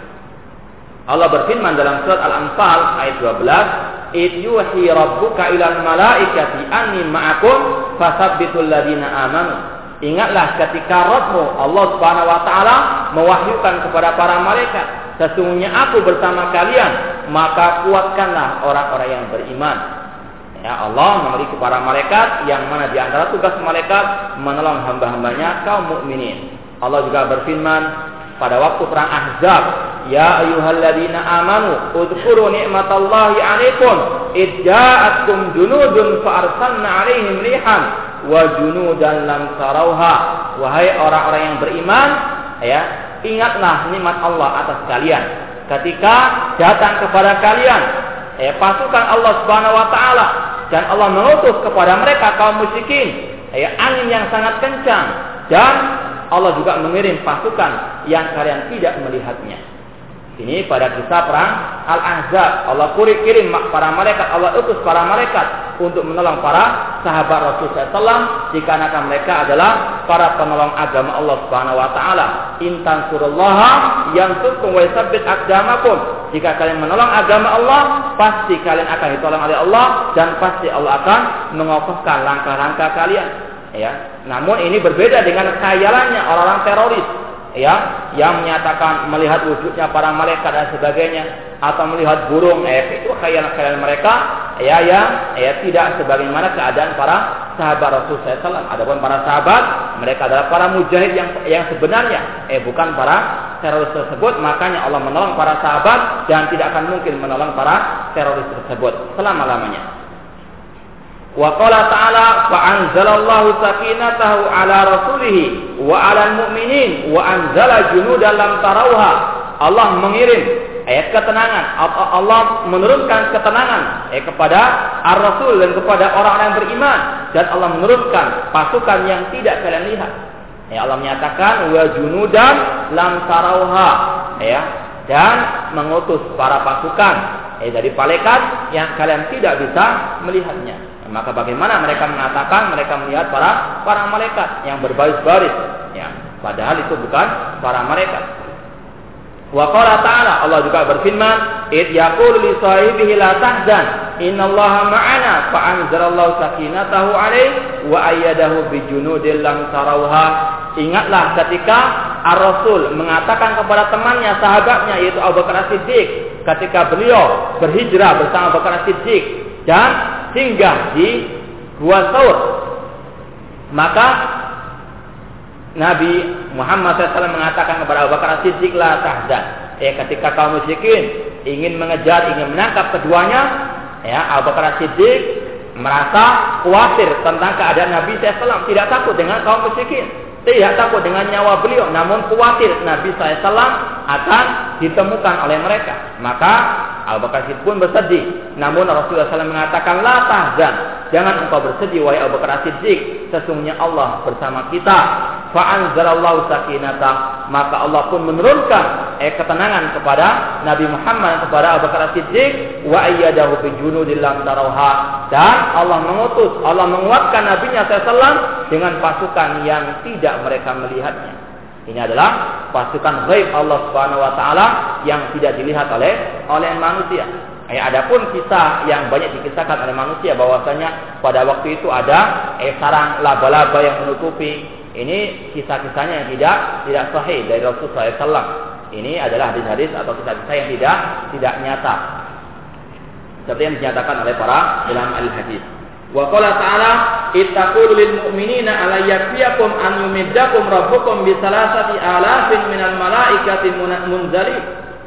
Allah berfirman dalam surat Al-Anfal ayat 12, "Id yuhi rabbuka ilal malaikati anni ma'akum fasabbitul ladina amanu." Ingatlah ketika Rabbmu Allah Subhanahu wa taala mewahyukan kepada para malaikat, sesungguhnya aku bersama kalian, maka kuatkanlah orang-orang yang beriman. Ya, Allah memberi kepada malaikat yang mana di antara tugas malaikat menolong hamba-hambanya kaum mukminin. Allah juga berfirman pada waktu perang Ahzab, "Ya ayyuhalladzina amanu udhkuru ni'matallahi 'alaikum id ja'atkum junudun fa arsalna 'alaihim rihan wa junudan lam tarauha." Wahai orang-orang yang beriman, ya, ingatlah nikmat Allah atas kalian ketika datang kepada kalian pasukan Allah Subhanahu wa taala dan Allah mengutus kepada mereka kaum musyrikin angin yang sangat kencang dan Allah juga mengirim pasukan yang kalian tidak melihatnya. Ini pada kisah perang Al-Ahzab. Allah kirim para malaikat, Allah utus para malaikat untuk menolong para sahabat Rasulullah SAW dikarenakan mereka adalah para penolong agama Allah Subhanahu wa taala. In tansurullaha yansurkum wa yutsabbit aqdamakum. Jika kalian menolong agama Allah, pasti kalian akan ditolong oleh Allah dan pasti Allah akan mengokohkan langkah-langkah kalian. Ya, namun ini berbeda dengan khayalannya orang-orang teroris, ya, yang menyatakan melihat wujudnya para malaikat dan sebagainya atau melihat burung, itu khayalan mereka, yang tidak sebagaimana keadaan para sahabat Rasulullah SAW. Adapun para sahabat, mereka adalah para mujahid yang sebenarnya, bukan para teroris tersebut. Makanya Allah menolong para sahabat dan tidak akan mungkin menolong para teroris tersebut selama-lamanya. Wa qala ta'ala fa anzalallahu sakinatahu ala rasulihi wa 'alal mu'minin wa anzala junudan lam tarauha. Allah mengirim ketenangan, Allah menurunkan ketenangan kepada ar-rasul dan kepada orang-orang yang beriman, dan Allah menurunkan pasukan yang tidak kalian lihat. Allah menyatakan wa junudan lam tarauha, dan mengutus para pasukan dari malaikat yang kalian tidak bisa melihatnya. Maka bagaimana mereka mengatakan mereka melihat para malaikat yang berbaris-baris, padahal itu bukan para malaikat. Wa qala ta'ala, Allah juga berfirman, "Id yaqulu li sahibihi la tahzan, innallaha ma'ana fa anzalallahu sakinatahu 'alaihi wa ayyadahu bi junudin lam tarauha." Ingatlah ketika Ar-Rasul mengatakan kepada temannya, sahabatnya yaitu Abu Bakar As-Siddiq, ketika beliau berhijrah bersama Abu Bakar As-Siddiq dan singgah di Gua Saur, maka Nabi Muhammad SAW mengatakan kepada Abu Bakar As-Siddiq, la tahzan. Ketika kaum musyrikin ingin mengejar, ingin menangkap keduanya, Abu Bakar As-Siddiq merasa khawatir tentang keadaan Nabi SAW. Tidak takut dengan kaum musyrikin, tidak takut dengan nyawa beliau, namun khawatir Nabi SAW akan ditemukan oleh mereka. Maka Abu Bakar Siddiq pun bersedih. Namun Rasulullah SAW mengatakan, la tahzan, jangan engkau bersedih wahai Abu Bakar Siddiq, sesungguhnya Allah bersama kita. Fa'anzalallahu sakinata, maka Allah pun menurunkan ketenangan kepada Nabi Muhammad, kepada Abu Bakar Siddiq, wa ayyadahu bi junudin lam tarauha, dan Allah mengutus, Allah menguatkan Nabinya SAW dengan pasukan yang tidak mereka melihatnya. Ini adalah pasukan ghaib Allah Subhanahu wa taala yang tidak dilihat oleh manusia. Adapun kisah yang banyak dikisahkan oleh manusia bahwasanya pada waktu itu ada sarang laba-laba yang menutupi. Ini kisah-kisahnya yang tidak sahih dari Rasulullah SAW. Ini adalah hadis-hadis atau kisah-kisah yang tidak nyata, seperti yang dinyatakan oleh para ulama al-hadis. Wa qala ta'ala, ittaqul lil mu'minina ala yakfiyakum an yumiddakum rabbukum bi salasati alafin minal malaikati munzalin.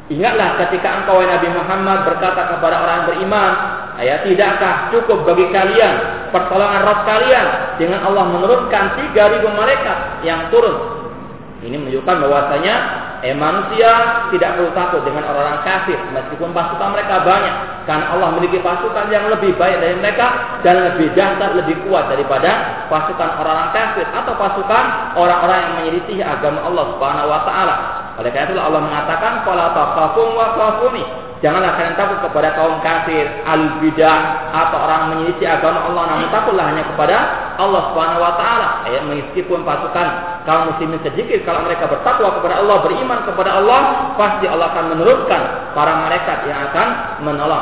Ingatlah ketika engkau Nabi Muhammad berkata kepada orang beriman, tidakkah cukup bagi kalian pertolongan Rabb kalian dengan Allah menurunkan 3.000 malaikat yang turun. Ini menunjukkan bahwasanya manusia tidak perlu takut dengan orang-orang kafir meskipun pasukan mereka banyak, karena Allah memiliki pasukan yang lebih baik dari mereka dan lebih dahsyat, lebih kuat daripada pasukan orang-orang kafir atau pasukan orang-orang yang menyelisih agama Allah Subhanahu wa taala. Oleh karena itu Allah mengatakan fala taqafum wa qafuni. Janganlah kalian takut kepada kaum kafir, al-bidah atau orang menyelisih agama Allah, namun takutlah hanya kepada Allah Subhanahu wa taala. Meskipun pasukan kaum muslimin sedikit, kalau mereka bertakwa kepada Allah, beriman kepada Allah, pasti Allah akan menurunkan para malaikat yang akan menolong.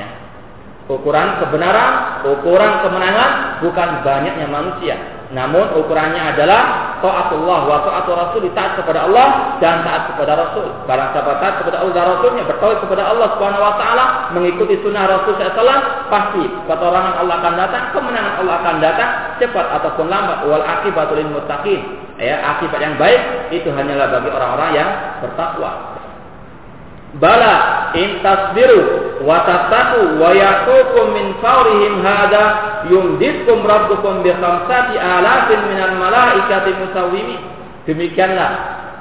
Ukuran kebenaran, ukuran kemenangan bukan banyaknya manusia, namun ukurannya adalah taatullah wa taatur Rasul, taat kepada Allah dan taat kepada Rasul. Barang siapa taat kepada Allah dan Rasulnya, bertauhid kepada Allah Subhanahu wa taala, mengikuti sunnah Rasul SAW, pasti pertolongan Allah akan datang, kemenangan Allah akan datang cepat ataupun lambat. Wal akibatul lil muttaqin. Akibat yang baik itu hanyalah bagi orang-orang yang bertakwa. Bala in tasbiru wa tattaqu wa ya'tukum min fawrihim hada yumditkum rabbukum bi 5,000 minal malaikati musawwimin. Demikianlah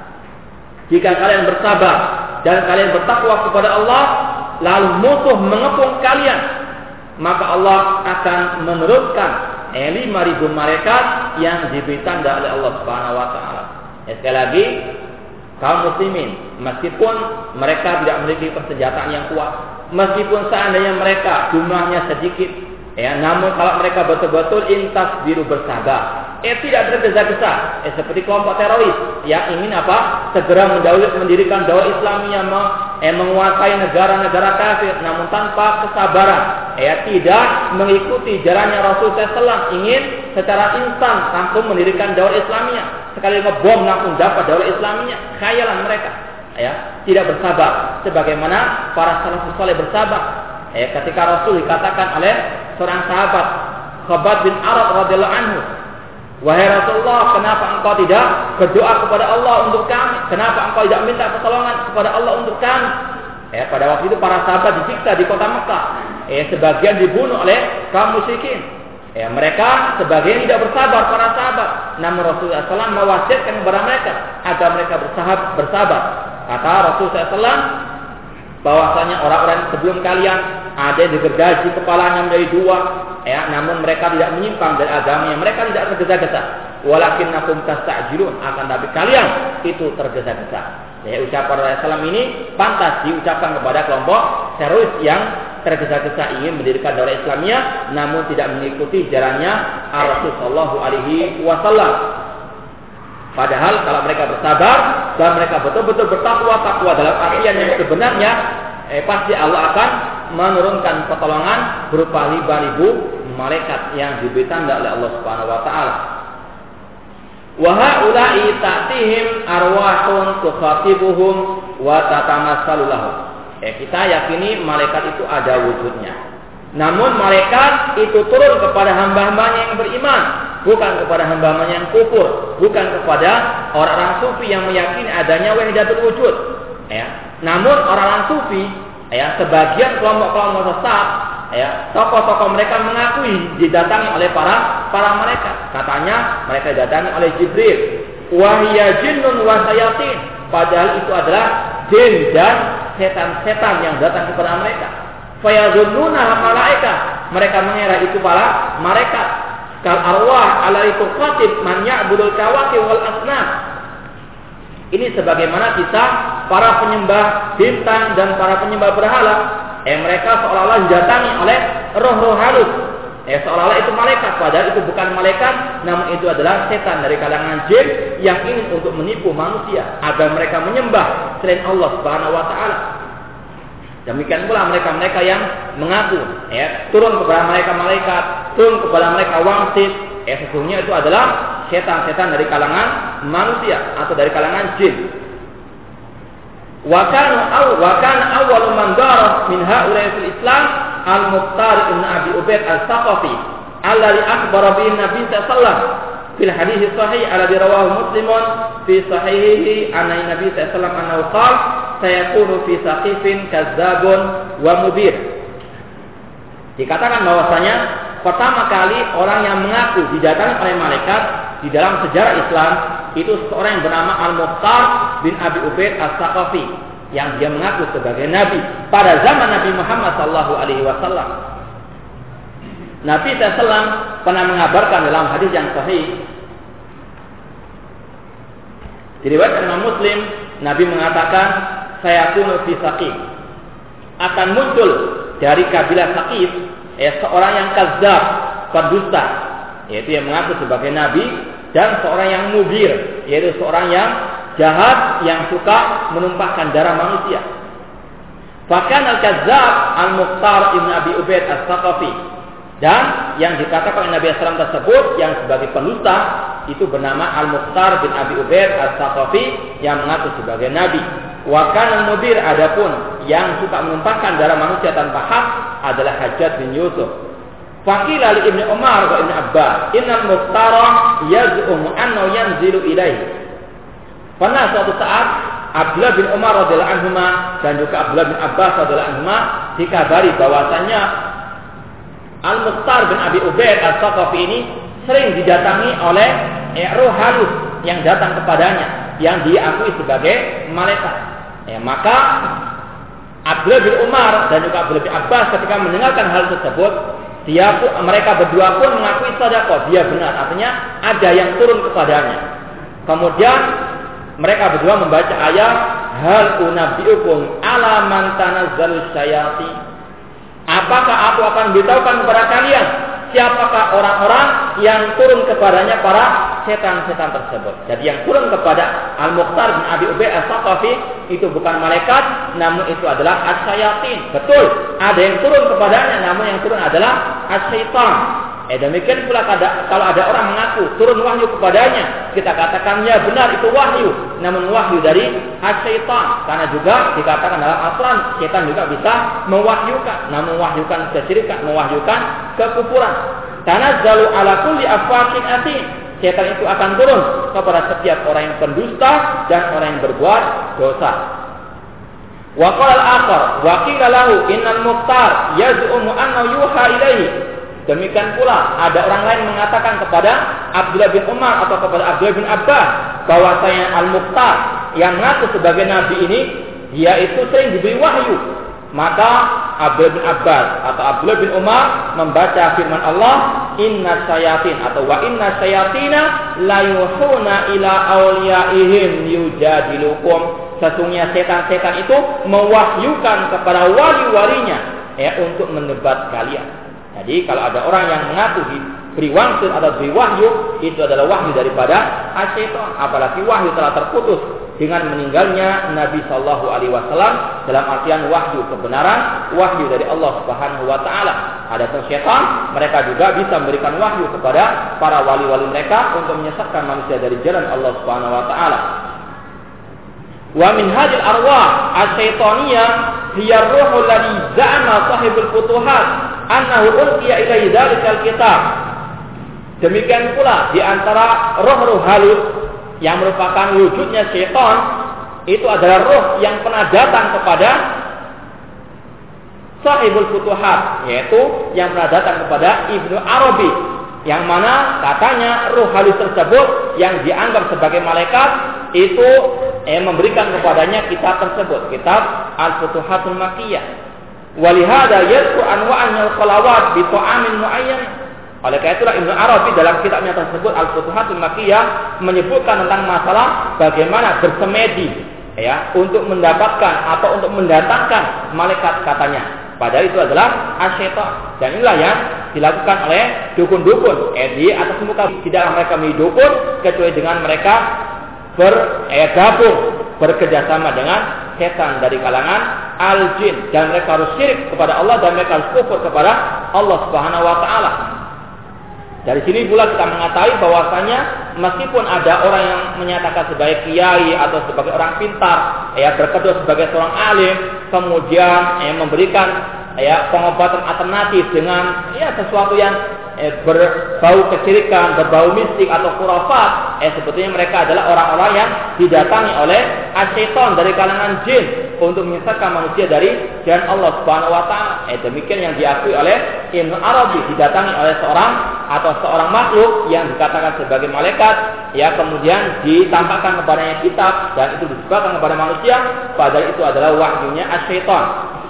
jika kalian bersabar dan kalian bertakwa kepada Allah, lalu musuh mengepung kalian, maka Allah akan menurunkan 5.000 malaikat yang diberi tanda oleh Allah Subhanahu wa taala. Sekali lagi, kaum muslimin meskipun mereka tidak memiliki persenjataan yang kuat, meskipun seandainya mereka jumlahnya sedikit, namun kalau mereka betul-betul intas biru bersabar, tidak tergesa-gesa, seperti kelompok teroris yang ingin segera mendirikan daulah Islamiyah, menguasai negara-negara kafir, namun tanpa kesabaran, tidak mengikuti jalannya Rasul SAW, ingin secara instan langsung mendirikan daulah Islamiyah, sekali ngebom langsung dapat daulah Islamiyah, khayalan mereka, tidak bersabar sebagaimana para salafus saleh bersabar. Ketika Rasul dikatakan oleh seorang sahabat Khabbab bin Arad radhiyallahu anhu, wahai Rasulullah, kenapa engkau tidak berdoa kepada Allah untuk kami? Kenapa engkau tidak minta pertolongan kepada Allah untuk kami? Pada waktu itu para sahabat disiksa di kota Mekah. Sebagian dibunuh oleh kaum musyrikin. Mereka sebagian tidak bersabar para sahabat. Namun Rasulullah SAW mewasiatkan kepada mereka agar mereka bersabar. Kata Rasulullah SAW bahwasanya orang-orang sebelum kalian ada yang digergaji kepalanya menjadi 2, namun mereka tidak menyimpang dari agamanya, mereka tidak tergesa-gesa. Walakinnakum tastajilun, akan tapi kalian itu tergesa-gesa. Ucapan Rasulullah SAW ini pantas diucapkan kepada kelompok teroris yang tergesa-gesa ingin mendirikan daulah Islamiyah namun tidak mengikuti jalannya Rasul sallallahu alaihi wasallam. Padahal kalau mereka bersabar dan mereka betul-betul takwa dalam artian yang sebenarnya, pasti Allah akan menurunkan pertolongan berupa 5.000 malaikat yang diberi tanda oleh Allah Subhanahu wa taala. Wa haula'i ta'tihim arwahun tukhatibuhum wa tatamassalu lahum. Kita yakini malaikat itu ada wujudnya. Namun malaikat itu turun kepada hamba-hambanya yang beriman, bukan kepada hamba-hambanya yang kufur, bukan kepada orang-orang sufi yang meyakini adanya wahdatul wujud. Namun orang-orang sufi, sebagian kelompok-kelompok sesat, tokoh-tokoh mereka mengakui didatangi oleh para malaikat. Katanya mereka didatangi oleh Jibril. Wahya jinnun wa sayatin. Padahal itu adalah jin dan setan-setan yang datang kepada mereka. Fayadhunnuna malaika. Mereka mengira itu para malaikat. Kal arwah alaihi tuqatib man ya'budul kawakib wal asnam. Ini sebagaimana kisah para penyembah bintang dan para penyembah berhala. Mereka seolah-olah didatangi oleh roh-roh halus. Seolah-olah itu malaikat, padahal itu bukan malaikat, namun itu adalah setan dari kalangan jin yang ingin untuk menipu manusia agar mereka menyembah selain Allah Subhanahu wa taala. Demikian pula mereka-mereka yang mengaku turun kepada mereka malaikat, turun kepada mereka wangsit, sesungguhnya itu adalah setan-setan dari kalangan manusia atau dari kalangan jin. Wa kana awwalu man dara min haula'i fil Islam al-Muqtar ibn Abi Ubaid al-Thaqafi alladhi akhbara bihi Nabi sallallahu alaihi wasallam fil hadits sahih alladhi rawahu Muslimun fi sahihihi an Nabi sallallahu alaihi wasallam annahu qala sayakunu fi saqifin kadzabun wa mubir. Dikatakan bahwasanya pertama kali orang yang mengaku didatangi oleh malaikat di dalam sejarah Islam itu seorang yang bernama Al-Mukhtar bin Abi Ubaid As-Saqafi, yang dia mengaku sebagai nabi pada zaman Nabi Muhammad SAW. Nabi SAW pernah mengabarkan dalam hadis yang sahih, diriwayatkan Imam Muslim, Nabi mengatakan, sayakunu fi Saqif, akan muncul dari kabilah Saqif seorang yang kadzab, pendusta, yaitu yang mengaku sebagai nabi, dan seorang yang mubir, yaitu seorang yang jahat yang suka menumpahkan darah manusia. Bahkan al-kadzab Al-Mukhtar ibn Abi Ubaid As-Saqafi, dan yang dikatakan oleh Nabi SAW tersebut yang sebagai pendusta itu bernama Al-Mukhtar bin Abi Ubaid As-Saqafi yang mengaku sebagai nabi. Wa kana al-mubir, adapun yang suka menumpahkan darah manusia tanpa hak adalah Hajjaj bin Yusuf. Faqila li Ibnu Umar wa Ibnu Abbas, innal Mukhtara yaz'umu annahu yanzilu ilaihi. Pernah suatu saat Abdullah bin Umar radhiyallahu anhuma dan juga Abdullah bin Abbas radhiyallahu anhuma dikabari bahwasanya Al-Mukhtar bin Abi Ubaid As-Saqafi ini sering didatangi oleh roh halus yang datang kepadanya, yang diakui sebagai malaikat. Maka Abdullah bin Umar dan juga Abdullah bin Abbas ketika mendengarkan hal tersebut, mereka berdua pun mengakui sadaqah, dia benar, artinya ada yang turun kepadanya. Kemudian mereka berdua membaca ayat, hal unabbiukum ala man tanazzalus syayatin. Apakah aku akan beritahukan kepada kalian siapakah orang-orang yang turun kepadanya para setan-setan tersebut. Jadi yang turun kepada Al-Mukhtar bin Abi Ubaid As-Saqafi itu bukan malaikat, namun itu adalah as-syayatin. Betul, ada yang turun kepadanya, namun yang turun adalah as-syaitan. Demikian pula kalau ada orang mengaku turun wahyu kepadanya, kita katakan ya benar itu wahyu, namun wahyu dari as-syaitan. Karena juga dikatakan dalam Al-Quran, syaitan juga bisa mewahyukan, namun mewahyukan kesyirikan, mewahyukan kekufuran. Tanazzalu ala kulli afwakin atim. Syaitan itu akan turun kepada setiap orang yang pendusta dan orang yang berbuat dosa. Wa qala al-akhar wa qila lahu innal Mukhtar yaz'umu annahu yuha ilaihi. Demikian pula ada orang lain mengatakan kepada Abdullah bin Umar atau kepada Abdullah bin Abbas bahwasanya Al-Mukhtar yang mengaku sebagai nabi ini dia itu sering diberi wahyu. Maka Abdullah bin Abbas atau Abdullah bin Umar membaca firman Allah, inna syayatin atau wa inna syayatina la yuhuna ila awliyaihim yujadilukum. Sesungguhnya setan-setan itu mewahyukan kepada wali-walinya untuk menebat kalian. Jadi kalau ada orang yang mengaku diberi wangsit atau diberi wahyu, itu adalah wahyu daripada asyaitan. Apalagi wahyu telah terputus dengan meninggalnya Nabi Shallallahu Alaihi Wasallam dalam artian wahyu kebenaran, wahyu dari Allah Subhanahu Wa Taala. Adapun syaitan, mereka juga bisa memberikan wahyu kepada para wali-wali mereka untuk menyesatkan manusia dari jalan Allah Subhanahu Wa Taala. Wa min hadil arwah asy-syaitaniyah hiya ar-ruhul ladzi za'ama sahibul futuhat annahu ulqiya ilaihi dzalikal kitab. Demikian pula di antara roh-roh halus yang merupakan wujudnya syaitan itu adalah roh yang pernah datang kepada sahibul futuhat, yaitu yang pernah datang kepada Ibnu Arabi, yang mana katanya roh halus tersebut yang dianggap sebagai malaikat itu memberikan kepadanya kitab tersebut, kitab Al-Futuhatul Makkiyah. Walihada yadhkur anwa'an al-khalawat bi ta'amin muayyan. Oleh karena itulah Ibnu Arabi dalam kitabnya tersebut Al-Futuhatul Makkiyah menyebutkan tentang masalah bagaimana bersemedi untuk mendapatkan atau untuk mendatangkan malaikat katanya. Padahal itu adalah asyaitan. Dan inilah yang dilakukan oleh dukun-dukun. Di atas muka tidaklah mereka menjadi dukun kecuali dengan mereka bergabung, bekerjasama dengan setan dari kalangan al-jin, dan mereka harus syirik kepada Allah dan mereka harus kufur kepada Allah Subhanahu Wa Taala. Dari sini pula kita mengetahui bahwasanya meskipun ada orang yang menyatakan sebagai kiai atau sebagai orang pintar, berkedok sebagai seorang alim, kemudian memberikan pengobatan alternatif dengan sesuatu yang berbau kesyirikan, berbau mistik atau khurafat, sebetulnya mereka adalah orang-orang yang didatangi oleh asyaiton dari kalangan jin. untuk menyesatkan manusia dari jalan Allah Subhanahu wa taala. Demikian yang diakui oleh Ibnu Arabi, didatangi oleh seorang makhluk yang dikatakan sebagai malaikat, ya, kemudian ditampakkan kepadanya kitab dan itu disebarkan kepada manusia, padahal itu adalah wahyunya asyaitan.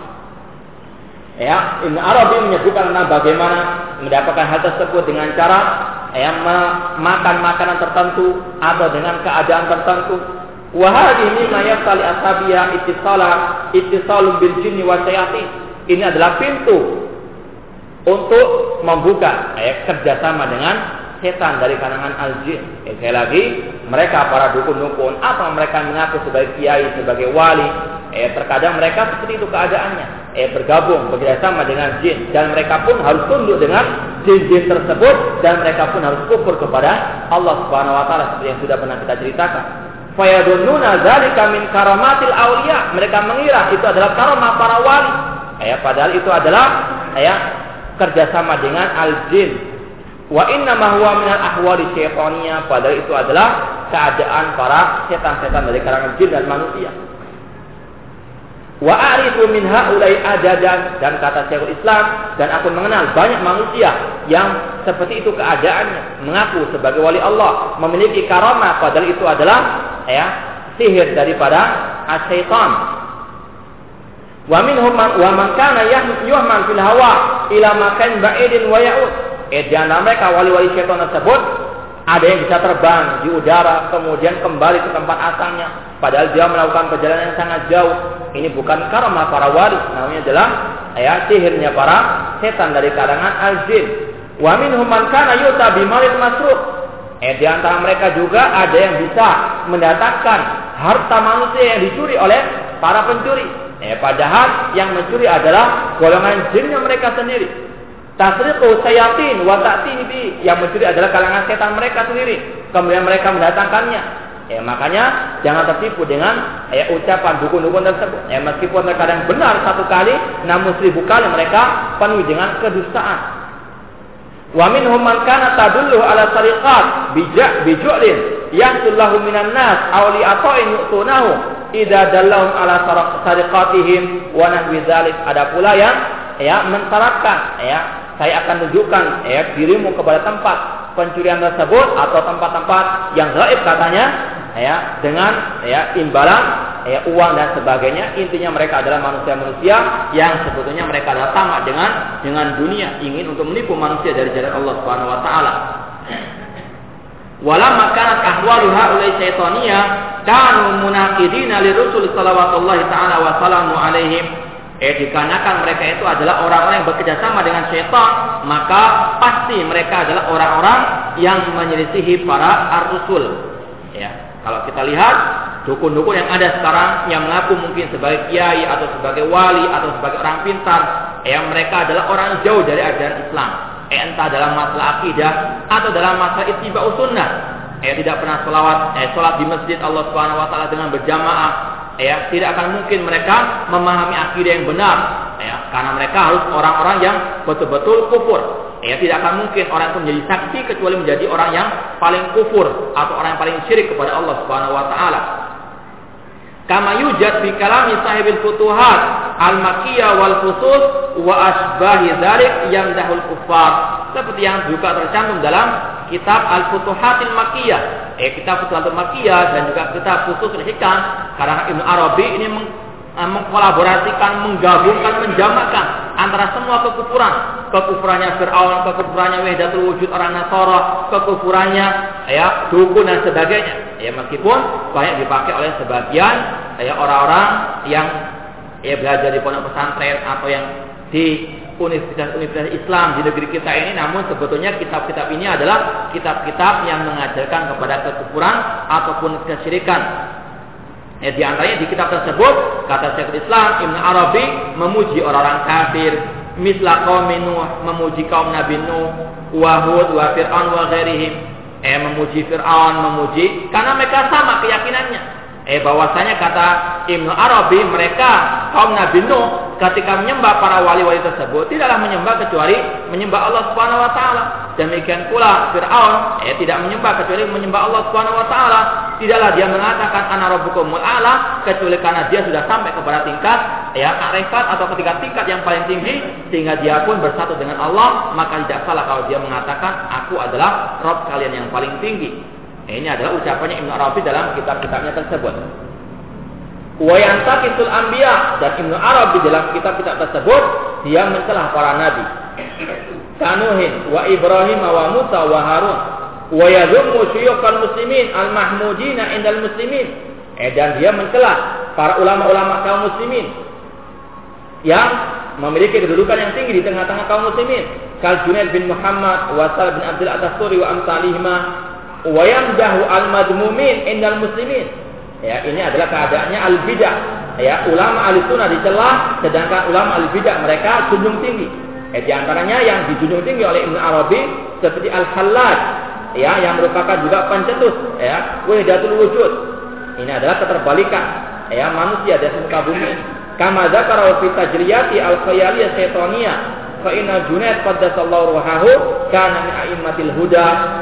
Ya, Ibnu Arabi menyebutkan tentang bagaimana mendapatkan hal tersebut dengan cara makan makanan tertentu atau dengan keadaan tertentu. Wa hadhihi mimma yafali ashabiya ittisalun bil jinni wa syayatin. Ini adalah pintu untuk membuka kerjasama dengan setan dari kalangan al-jin. Sekali lagi, mereka para dukun-dukun atau mereka mengaku sebagai kiai, sebagai wali, terkadang mereka seperti itu keadaannya. Bergabung, bekerjasama dengan jin, dan mereka pun harus tunduk dengan jin-jin tersebut, dan mereka pun harus kufur kepada Allah Subhanahu wa taala seperti yang sudah pernah kita ceritakan. Fayadunnuna dzalika min karamatil auliya. Mereka mengira itu adalah karamah para wali. Padahal itu adalah kerjasama dengan al-jin. Wa inna ma huwa min al-ahwali syaitaniyah. Padahal itu adalah keadaan para setan-setan dari kalangan jin dan manusia. Wa a'rifu min haula'i adadan, dan kata Syekhul Islam, dan aku mengenal banyak manusia yang seperti itu keadaannya, mengaku sebagai wali Allah, memiliki karamah, padahal itu adalah sihir daripada asyaitan. Wa minhum man kana yuhman fil hawa ila makan ba'idin wa ya'ud. Di antara mereka wali-wali syaitan tersebut ada yang bisa terbang di udara kemudian kembali ke tempat asalnya, padahal dia melakukan perjalanan yang sangat jauh. Ini bukan karamah para wali, namanya adalah sihirnya para setan dari kalangan al-jin. Wa minhum man kana yuta bimalil masruq. Di antara mereka juga ada yang bisa mendatangkan harta manusia yang dicuri oleh para pencuri. Padahal yang mencuri adalah golongan jinnya mereka sendiri. Tasriqu sayatin wa ta'tihi bi, yang mencuri adalah kalangan setan mereka sendiri. Kemudian mereka mendatangkannya. Makanya jangan tertipu dengan ucapan dukun-dukun tersebut. Meskipun terkadang benar satu kali, namun 1000 kali mereka penuh dengan kedustaan. Wa minhum man kana tadullu ala sariqat biju'lin yahsullahu minan nas aw li ata'in yu'tunahu idza dallahum ala sariqatihim wa nahwi dzalik. Ada pula yang mensyaratkan saya akan tunjukkan dirimu kepada tempat pencurian tersebut atau tempat-tempat yang gaib katanya dengan imbalan uang dan sebagainya. Intinya mereka adalah manusia-manusia yang sebetulnya mereka adalah tamak dengan dunia, ingin untuk menipu manusia dari jalan Allah Subhanahu wa taala. Walamma kanat ahwalu haula'i syaitaniyah kanu munaqidina lirusul sallallahu taala wa sallamu alaihim. Dikarenakan mereka itu adalah orang-orang yang bekerjasama dengan syaitan, maka pasti mereka adalah orang-orang yang menyelisihi para ar-rusul. Kalau kita lihat dukun-dukun yang ada sekarang yang mengaku mungkin sebagai kiai atau sebagai wali atau sebagai orang pintar, mereka adalah orang jauh dari ajaran Islam. Entah dalam masalah akidah atau dalam masalah ittiba'us sunnah. Tidak pernah sholat di masjid Allah Subhanahu wa taala dengan berjamaah. Tidak akan mungkin mereka memahami akidah yang benar, karena mereka harus orang-orang yang betul-betul kufur. Tidak akan mungkin orang itu menjadi saksi kecuali menjadi orang yang paling kufur atau orang yang paling syirik kepada Allah Subhanahu wa taala. Kama yujad fi kalami sahibil futuhat al-makkiyah wal fusus wa asbahi dzalik yamdahul kuffar. Seperti yang juga tercantum dalam kitab Al-Futuhatil Makkiyah, kitab Futuhatil Makkiyah dan juga kitab Fususul Hikam, karena Ibnu Arabi ini mengkolaborasikan, menggabungkan, menjamakkan antara semua kekufurannya Fir'aun, kekufurannya Wahdatul Wujud orang Nasara, kekufurannya dukun dan sebagainya. Meskipun banyak dipakai oleh sebagian orang-orang yang belajar di pondok pesantren atau yang di universitas Islam di negeri kita ini, namun sebetulnya kitab-kitab ini adalah kitab-kitab yang mengajarkan kepada kekufuran ataupun kesyirikan. Di antaranya di kitab tersebut kata Syekhul Islam Ibnu Arabi memuji orang-orang kafir, misla qaum Nuh, memuji kaum Nabi Nuh, wa Hud wa Fir'aun wa ghairihim. Memuji Fir'aun, memuji karena mereka sama keyakinannya. Bahwasanya kata Ibnu Arabi mereka kaum Nabi Nuh ketika menyembah para wali-wali tersebut tidaklah menyembah kecuali menyembah Allah Subhanahu wa taala. Demikian pula Firaun tidak menyembah kecuali menyembah Allah Subhanahu wa taala. Tidaklah dia mengatakan ana rabbukumul a'la kecuali karena dia sudah sampai kepada tingkat ma'rifat atau tingkat yang paling tinggi sehingga dia pun bersatu dengan Allah, maka tidak salah kalau dia mengatakan aku adalah Rabb kalian yang paling tinggi. Ini adalah ucapannya Ibnu Arabi dalam kitab-kitabnya tersebut. Wa yantaqisul anbiya, dan Ibnu Arabi dalam kitab-kitab tersebut dia mencelah para nabi. Kanuhin wa Ibrahim wa Musa wa Harun wa yadhummu syuyukhal muslimin al-mahmudina indal muslimin. Dan dia mencela para ulama-ulama kaum muslimin yang memiliki kedudukan yang tinggi di tengah-tengah kaum muslimin. Kal Junaid bin Muhammad wa Sal bin Abdul At-Tasturi wa amsalihima wa yamdahu al-madmumin indal muslimin. Ini adalah keadaannya al-bidah. Ulama al-sunnah dicela, sedangkan ulama al-bidah mereka junjung tinggi. Di antaranya yang dijunjung tinggi oleh Ibnu Arabi seperti Al-Hallaj, yang merupakan juga pencetus, wahdatul wujud. Ini adalah keterbalikan, manusia di atas muka bumi. Kama dzakara fi tajriyati al-khayaliyah syaitaniyah, fa inna Junaid qaddasallahu ruhahu kana min a'immatil huda.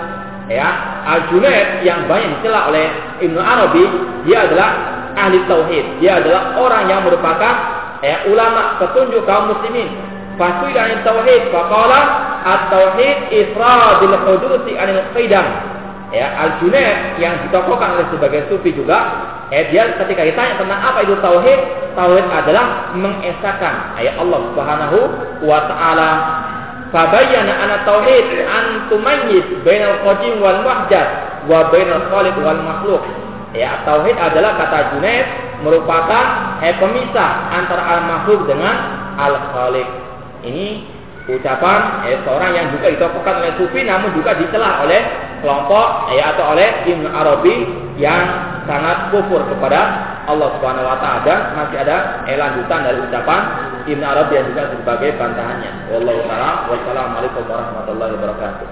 Al-Junaid yang banyak dicela oleh Ibnu Arabi, dia adalah ahli tauhid. Dia adalah orang yang merupakan ulama petunjuk kaum muslimin. Fasuil anil tauhid faqala at-tauhid ifradul hudusi anil qidam. Al-Junaid yang ditokohkan oleh sebagai sufi juga, dia ketika ditanya tentang apa itu tauhid, tauhid adalah mengesahkan Allah Subhanahu wa taala. Fabayyana anna tauhid an tumayyiz bainal qadim wal muhdath wa bainal khaliq wal makhluq. Tauhid adalah kata Junaid merupakan pemisah antara al-makhluk dengan al-khaliq. Ini ucapan seorang yang juga ditokohkan oleh sufi namun juga dicela oleh kelompok atau oleh Ibnu Arabi yang sangat kufur kepada Allah Subhanahu wa taala. Dan masih ada lanjutan dari ucapan Ibnu Arabi yang juga sebagai bantahannya. Wallahu taala wassalamu alaikum warahmatullahi wabarakatuh.